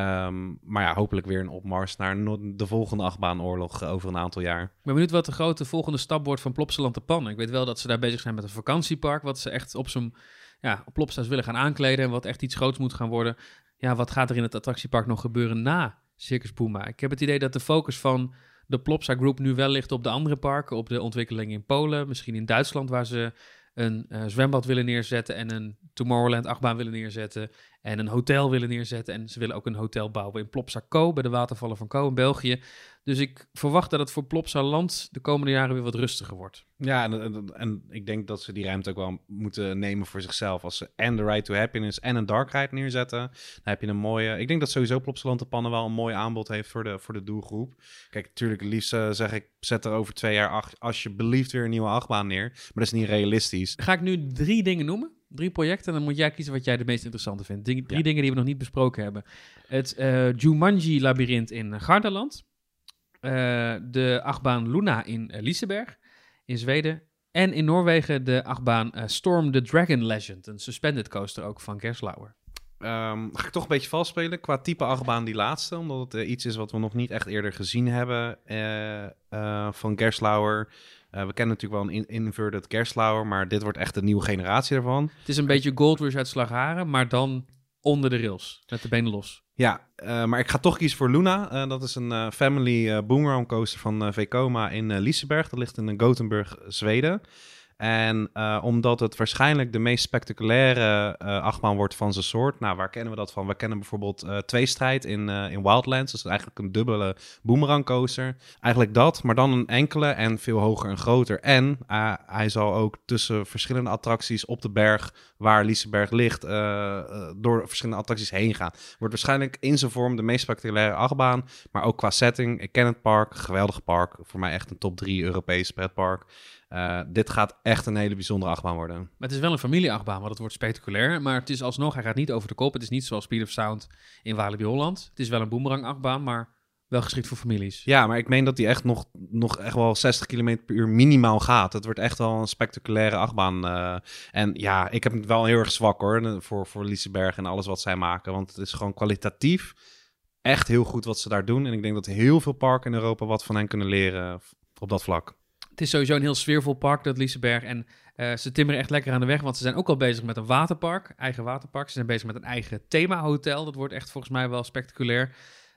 Um, maar ja, hopelijk weer een opmars naar no- de volgende achtbaanoorlog uh, over een aantal jaar. Ik ben benieuwd wat de grote volgende stap wordt van Plopsaland de Pannen. Ik weet wel dat ze daar bezig zijn met een vakantiepark, wat ze echt op zo'n ja, op Plopsa's willen gaan aankleden en wat echt iets groots moet gaan worden. Ja, wat gaat er in het attractiepark nog gebeuren na Circus Boomba? Ik heb het idee dat de focus van de Plopsa Group nu wel ligt op de andere parken, op de ontwikkeling in Polen, misschien in Duitsland, waar ze een uh, zwembad willen neerzetten en een Tomorrowland achtbaan willen neerzetten en een hotel willen neerzetten. En ze willen ook een hotel bouwen in Plopsa Co, bij de watervallen van Co in België. Dus ik verwacht dat het voor Plopsa Land de komende jaren weer wat rustiger wordt. Ja, en, en, en ik denk dat ze die ruimte ook wel moeten nemen voor zichzelf. Als ze en de Ride to Happiness en een Dark Ride neerzetten, dan heb je een mooie... Ik denk dat sowieso Plopsaland de Pannen wel een mooi aanbod heeft voor de, voor de doelgroep. Kijk, natuurlijk het liefst uh, zeg ik, zet er over twee jaar ach, alsjeblieft weer een nieuwe achtbaan neer. Maar dat is niet realistisch. Ga ik nu drie dingen noemen? Drie projecten en dan moet jij kiezen wat jij de meest interessante vindt. Drie, drie ja. dingen die we nog niet besproken hebben. Het uh, Jumanji-labyrinth in Gardaland. Uh, de achtbaan Luna in uh, Liseberg in Zweden. En in Noorwegen de achtbaan uh, Storm the Dragon Legend. Een suspended coaster ook van Gerstlauer. Um, ga ik toch een beetje vals spelen qua type achtbaan die laatste. Omdat het uh, iets is wat we nog niet echt eerder gezien hebben uh, uh, van Gerstlauer. Uh, we kennen natuurlijk wel een in- inverted Gerstlauer, maar dit wordt echt een nieuwe generatie daarvan. Het is een beetje Gold Rush uit Slagharen, maar dan onder de rails, met de benen los. Ja, uh, maar ik ga toch kiezen voor Luna. Uh, dat is een uh, family uh, boomerang coaster van uh, Vekoma in uh, Liseberg. Dat ligt in uh, Gothenburg, Zweden. En uh, omdat het waarschijnlijk de meest spectaculaire uh, achtbaan wordt van zijn soort. Nou, waar kennen we dat van? We kennen bijvoorbeeld uh, Tweestrijd in, uh, in Wildlands. Dat is eigenlijk een dubbele boomerang coaster. Eigenlijk dat, maar dan een enkele en veel hoger en groter. En uh, hij zal ook tussen verschillende attracties op de berg waar Liseberg ligt, uh, uh, door verschillende attracties heen gaan. Wordt waarschijnlijk in zijn vorm de meest spectaculaire achtbaan. Maar ook qua setting. Ik ken het park, geweldig park. Voor mij echt een top drie Europees pretpark. Uh, dit gaat echt een hele bijzondere achtbaan worden. Maar het is wel een familieachtbaan, want het wordt spectaculair. Maar het is alsnog, hij gaat niet over de kop. Het is niet zoals Speed of Sound in Walibi Holland. Het is wel een boomerang achtbaan, maar wel geschikt voor families. Ja, maar ik meen dat die echt nog, nog echt wel zestig kilometer per uur minimaal gaat. Het wordt echt wel een spectaculaire achtbaan. Uh, en ja, ik heb het wel heel erg zwak hoor, voor, voor Liseberg en alles wat zij maken. Want het is gewoon kwalitatief echt heel goed wat ze daar doen. En ik denk dat heel veel parken in Europa wat van hen kunnen leren op dat vlak. Het is sowieso een heel sfeervol park, dat Liseberg. En uh, ze timmeren echt lekker aan de weg, want ze zijn ook al bezig met een waterpark. Eigen waterpark. Ze zijn bezig met een eigen themahotel. Dat wordt echt volgens mij wel spectaculair.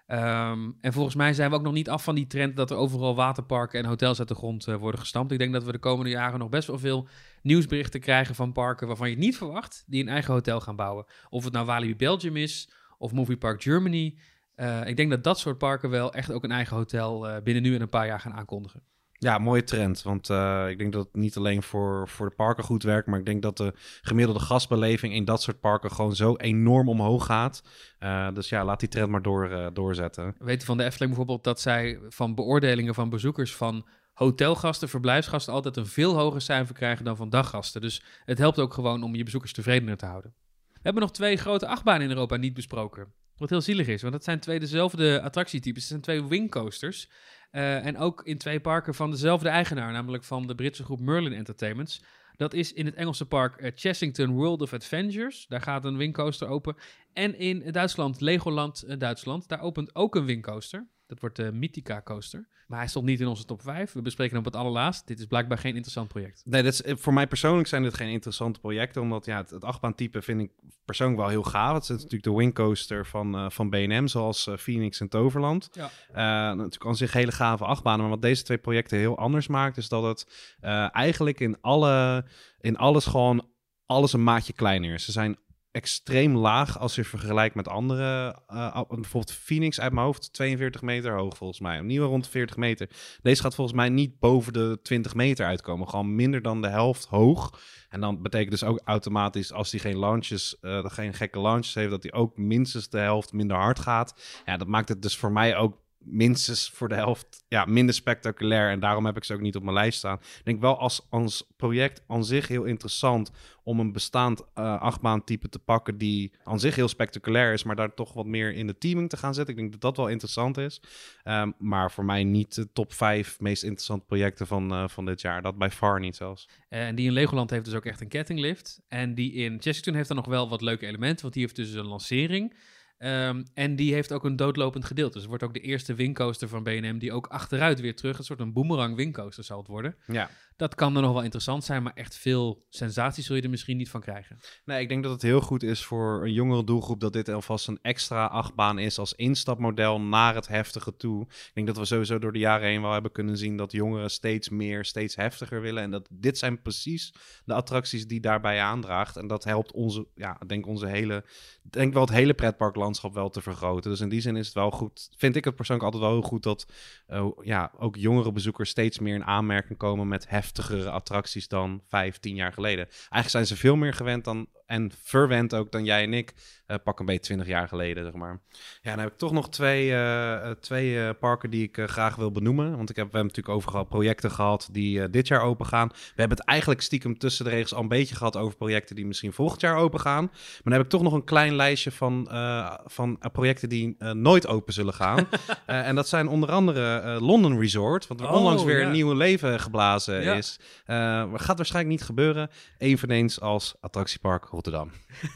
Um, en volgens mij zijn we ook nog niet af van die trend dat er overal waterparken en hotels uit de grond uh, worden gestampt. Ik denk dat we de komende jaren nog best wel veel nieuwsberichten krijgen van parken waarvan je het niet verwacht, die een eigen hotel gaan bouwen. Of het nou Walibi Belgium is, of Movie Park Germany. Uh, ik denk dat dat soort parken wel echt ook een eigen hotel uh, binnen nu en een paar jaar gaan aankondigen. Ja, mooie trend. Want uh, ik denk dat het niet alleen voor, voor de parken goed werkt, maar ik denk dat de gemiddelde gastbeleving in dat soort parken gewoon zo enorm omhoog gaat. Uh, dus ja, laat die trend maar door, uh, doorzetten. We weten van de Efteling bijvoorbeeld dat zij van beoordelingen van bezoekers van hotelgasten, verblijfsgasten altijd een veel hoger cijfer krijgen dan van daggasten. Dus het helpt ook gewoon om je bezoekers tevredener te houden. We hebben nog twee grote achtbanen in Europa niet besproken. Wat heel zielig is, want dat zijn twee dezelfde attractietypes. Het zijn twee wingcoasters. Uh, en ook in twee parken van dezelfde eigenaar, namelijk van de Britse groep Merlin Entertainments. Dat is in het Engelse park uh, Chessington World of Adventures. Daar gaat een wingcoaster open. En in Duitsland, Legoland uh, Duitsland, daar opent ook een wingcoaster. Dat wordt de Mythica Coaster. Maar hij stond niet in onze top vijf. We bespreken hem op het allerlaatst. Dit is blijkbaar geen interessant project. Nee, dat is, voor mij persoonlijk zijn dit geen interessante projecten. Omdat ja, het, het achtbaantype vind ik persoonlijk wel heel gaaf. Het is natuurlijk de wingcoaster van, uh, van B en M, zoals uh, Phoenix en Toverland. Ja. Uh, natuurlijk aan zich hele gave achtbanen. Maar wat deze twee projecten heel anders maakt, is dat het uh, eigenlijk in, alle, in alles gewoon alles een maatje kleiner is. Ze zijn extreem laag als je vergelijkt met andere. Uh, bijvoorbeeld Phoenix uit mijn hoofd, tweeënveertig meter hoog volgens mij. Opnieuw rond veertig meter. Deze gaat volgens mij niet boven de twintig meter uitkomen. Gewoon minder dan de helft hoog. En dan betekent dus ook automatisch, als die geen launches, uh, geen gekke launches heeft, dat die ook minstens de helft minder hard gaat. Ja, dat maakt het dus voor mij ook minstens voor de helft ja, minder spectaculair. En daarom heb ik ze ook niet op mijn lijst staan. Ik denk wel als, als project aan zich heel interessant om een bestaand uh, achtbaantype te pakken die aan zich heel spectaculair is, maar daar toch wat meer in de teaming te gaan zetten. Ik denk dat dat wel interessant is. Um, maar voor mij niet de top vijf meest interessante projecten van, uh, van dit jaar. Dat by far niet zelfs. En die in Legoland heeft dus ook echt een kettinglift. En die in Chessington heeft dan nog wel wat leuke elementen, want die heeft dus een lancering. Um, en die heeft ook een doodlopend gedeelte. Dus het wordt ook de eerste wingcoaster van B en M die ook achteruit weer terug, een soort een boomerang wingcoaster zal het worden. Ja. Dat kan dan nog wel interessant zijn, maar echt veel sensaties zul je er misschien niet van krijgen. Nee, ik denk dat het heel goed is voor een jongere doelgroep dat dit alvast een extra achtbaan is als instapmodel naar het heftige toe. Ik denk dat we sowieso door de jaren heen wel hebben kunnen zien dat jongeren steeds meer, steeds heftiger willen. En dat dit zijn precies de attracties die daarbij aandraagt. En dat helpt onze, ja, ik denk onze hele, denk wel het hele pretparklandschap wel te vergroten. Dus in die zin is het wel goed, vind ik het persoonlijk altijd wel heel goed dat uh, ja, ook jongere bezoekers steeds meer in aanmerking komen met heftige attracties dan vijf, tien jaar geleden. Eigenlijk zijn ze veel meer gewend dan en verwend ook dan jij en ik. Uh, pak een beetje twintig jaar geleden, zeg maar. Ja, dan heb ik toch nog twee, uh, twee uh, parken die ik uh, graag wil benoemen. Want ik heb, we hebben natuurlijk over gehad projecten gehad die uh, dit jaar open gaan. We hebben het eigenlijk stiekem tussen de regels al een beetje gehad over projecten die misschien volgend jaar open gaan. Maar dan heb ik toch nog een klein lijstje van, uh, van uh, projecten die uh, nooit open zullen gaan. uh, en dat zijn onder andere uh, London Resort, wat er oh, onlangs weer ja. een nieuw leven geblazen ja. is. Uh, gaat waarschijnlijk niet gebeuren. Eveneens als attractiepark Rotterdam.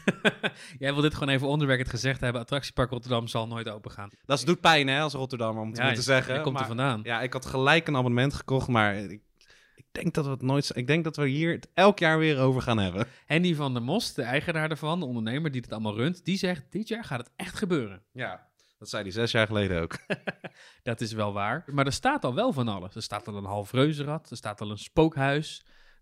Jij wil dit gewoon even on the record gezegd hebben. Attractiepark Rotterdam zal nooit open gaan. Dat doet pijn, hè, als Rotterdammer, om te ja, moeten zeggen. Je komt maar, er vandaan. Ja, ik had gelijk een abonnement gekocht, maar ik, ik denk dat we het nooit... Ik denk dat we hier het elk jaar weer over gaan hebben. Henny van der Mos, de eigenaar ervan, de ondernemer die het allemaal runt, die zegt, dit jaar gaat het echt gebeuren. Ja, dat zei hij zes jaar geleden ook. Dat is wel waar. Maar er staat al wel van alles. Er staat al een half reuzenrad, er staat al een spookhuis.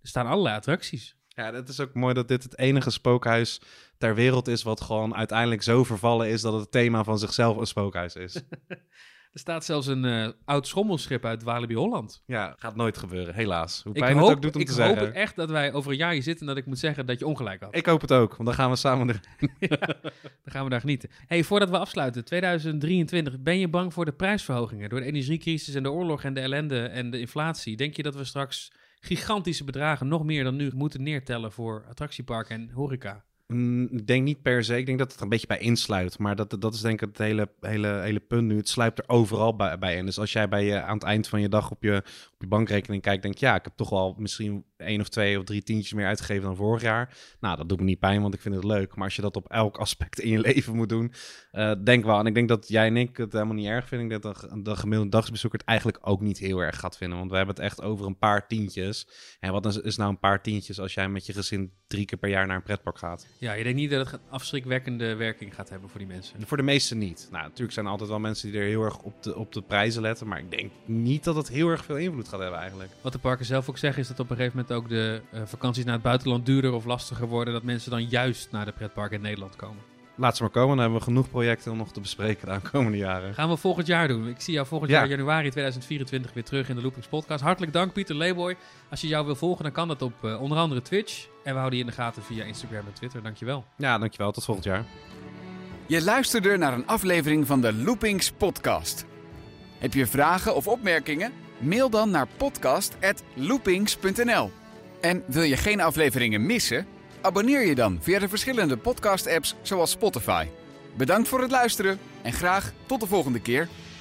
Er staan allerlei attracties. Ja, het is ook mooi dat dit het enige spookhuis ter wereld is wat gewoon uiteindelijk zo vervallen is dat het thema van zichzelf een spookhuis is. Er staat zelfs een uh, oud schommelschip uit Walibi Holland. Ja, gaat nooit gebeuren, helaas. Hoe Ik pijn hoop, het ook doet om ik te zeggen. hoop echt dat wij over een jaar hier zitten en dat ik moet zeggen dat je ongelijk had. Ik hoop het ook, want dan gaan we samen er... Ja, dan gaan we daar genieten. Hey, voordat we afsluiten, tweeduizend drieëntwintig, ben je bang voor de prijsverhogingen? Door de energiecrisis en de oorlog en de ellende en de inflatie. Denk je dat we straks gigantische bedragen, nog meer dan nu, moeten neertellen voor attractieparken en horeca? Mm, ik denk niet per se. Ik denk dat het er een beetje bij insluit. Maar dat, dat is denk ik het hele, hele, hele punt nu. Het sluipt er overal bij, bij in. Dus als jij bij je, aan het eind van je dag op je, op je bankrekening kijkt, denk je, ja, ik heb toch wel misschien één of twee of drie tientjes meer uitgegeven dan vorig jaar. Nou, dat doet me niet pijn, want ik vind het leuk. Maar als je dat op elk aspect in je leven moet doen, uh, denk wel. En ik denk dat jij en ik het helemaal niet erg vinden. Ik denk dat de, de gemiddelde dagsbezoeker het eigenlijk ook niet heel erg gaat vinden. Want we hebben het echt over een paar tientjes. En wat is, is nou een paar tientjes als jij met je gezin drie keer per jaar naar een pretpark gaat? Ja, je denkt niet dat het een afschrikwekkende werking gaat hebben voor die mensen? Voor de meesten niet. Nou, natuurlijk zijn er altijd wel mensen die er heel erg op de, op de prijzen letten. Maar ik denk niet dat het heel erg veel invloed gaat hebben eigenlijk. Wat de parken zelf ook zeggen is dat op een gegeven moment ook de uh, vakanties naar het buitenland duurder of lastiger worden. Dat mensen dan juist naar de pretparken in Nederland komen. Laat ze maar komen. Dan hebben we genoeg projecten om nog te bespreken de aankomende jaren. Gaan we volgend jaar doen. Ik zie jou volgend Ja. jaar januari tweeduizend vierentwintig weer terug in de Loopings podcast. Hartelijk dank Pieter Leeboy. Als je jou wil volgen, dan kan dat op uh, onder andere Twitch. En we houden je in de gaten via Instagram en Twitter. Dankjewel. Ja, dankjewel. Tot volgend jaar. Je luisterde naar een aflevering van de Loopings podcast. Heb je vragen of opmerkingen? Mail dan naar podcast at loopings punt n l. En wil je geen afleveringen missen? Abonneer je dan via de verschillende podcast-apps zoals Spotify. Bedankt voor het luisteren en graag tot de volgende keer.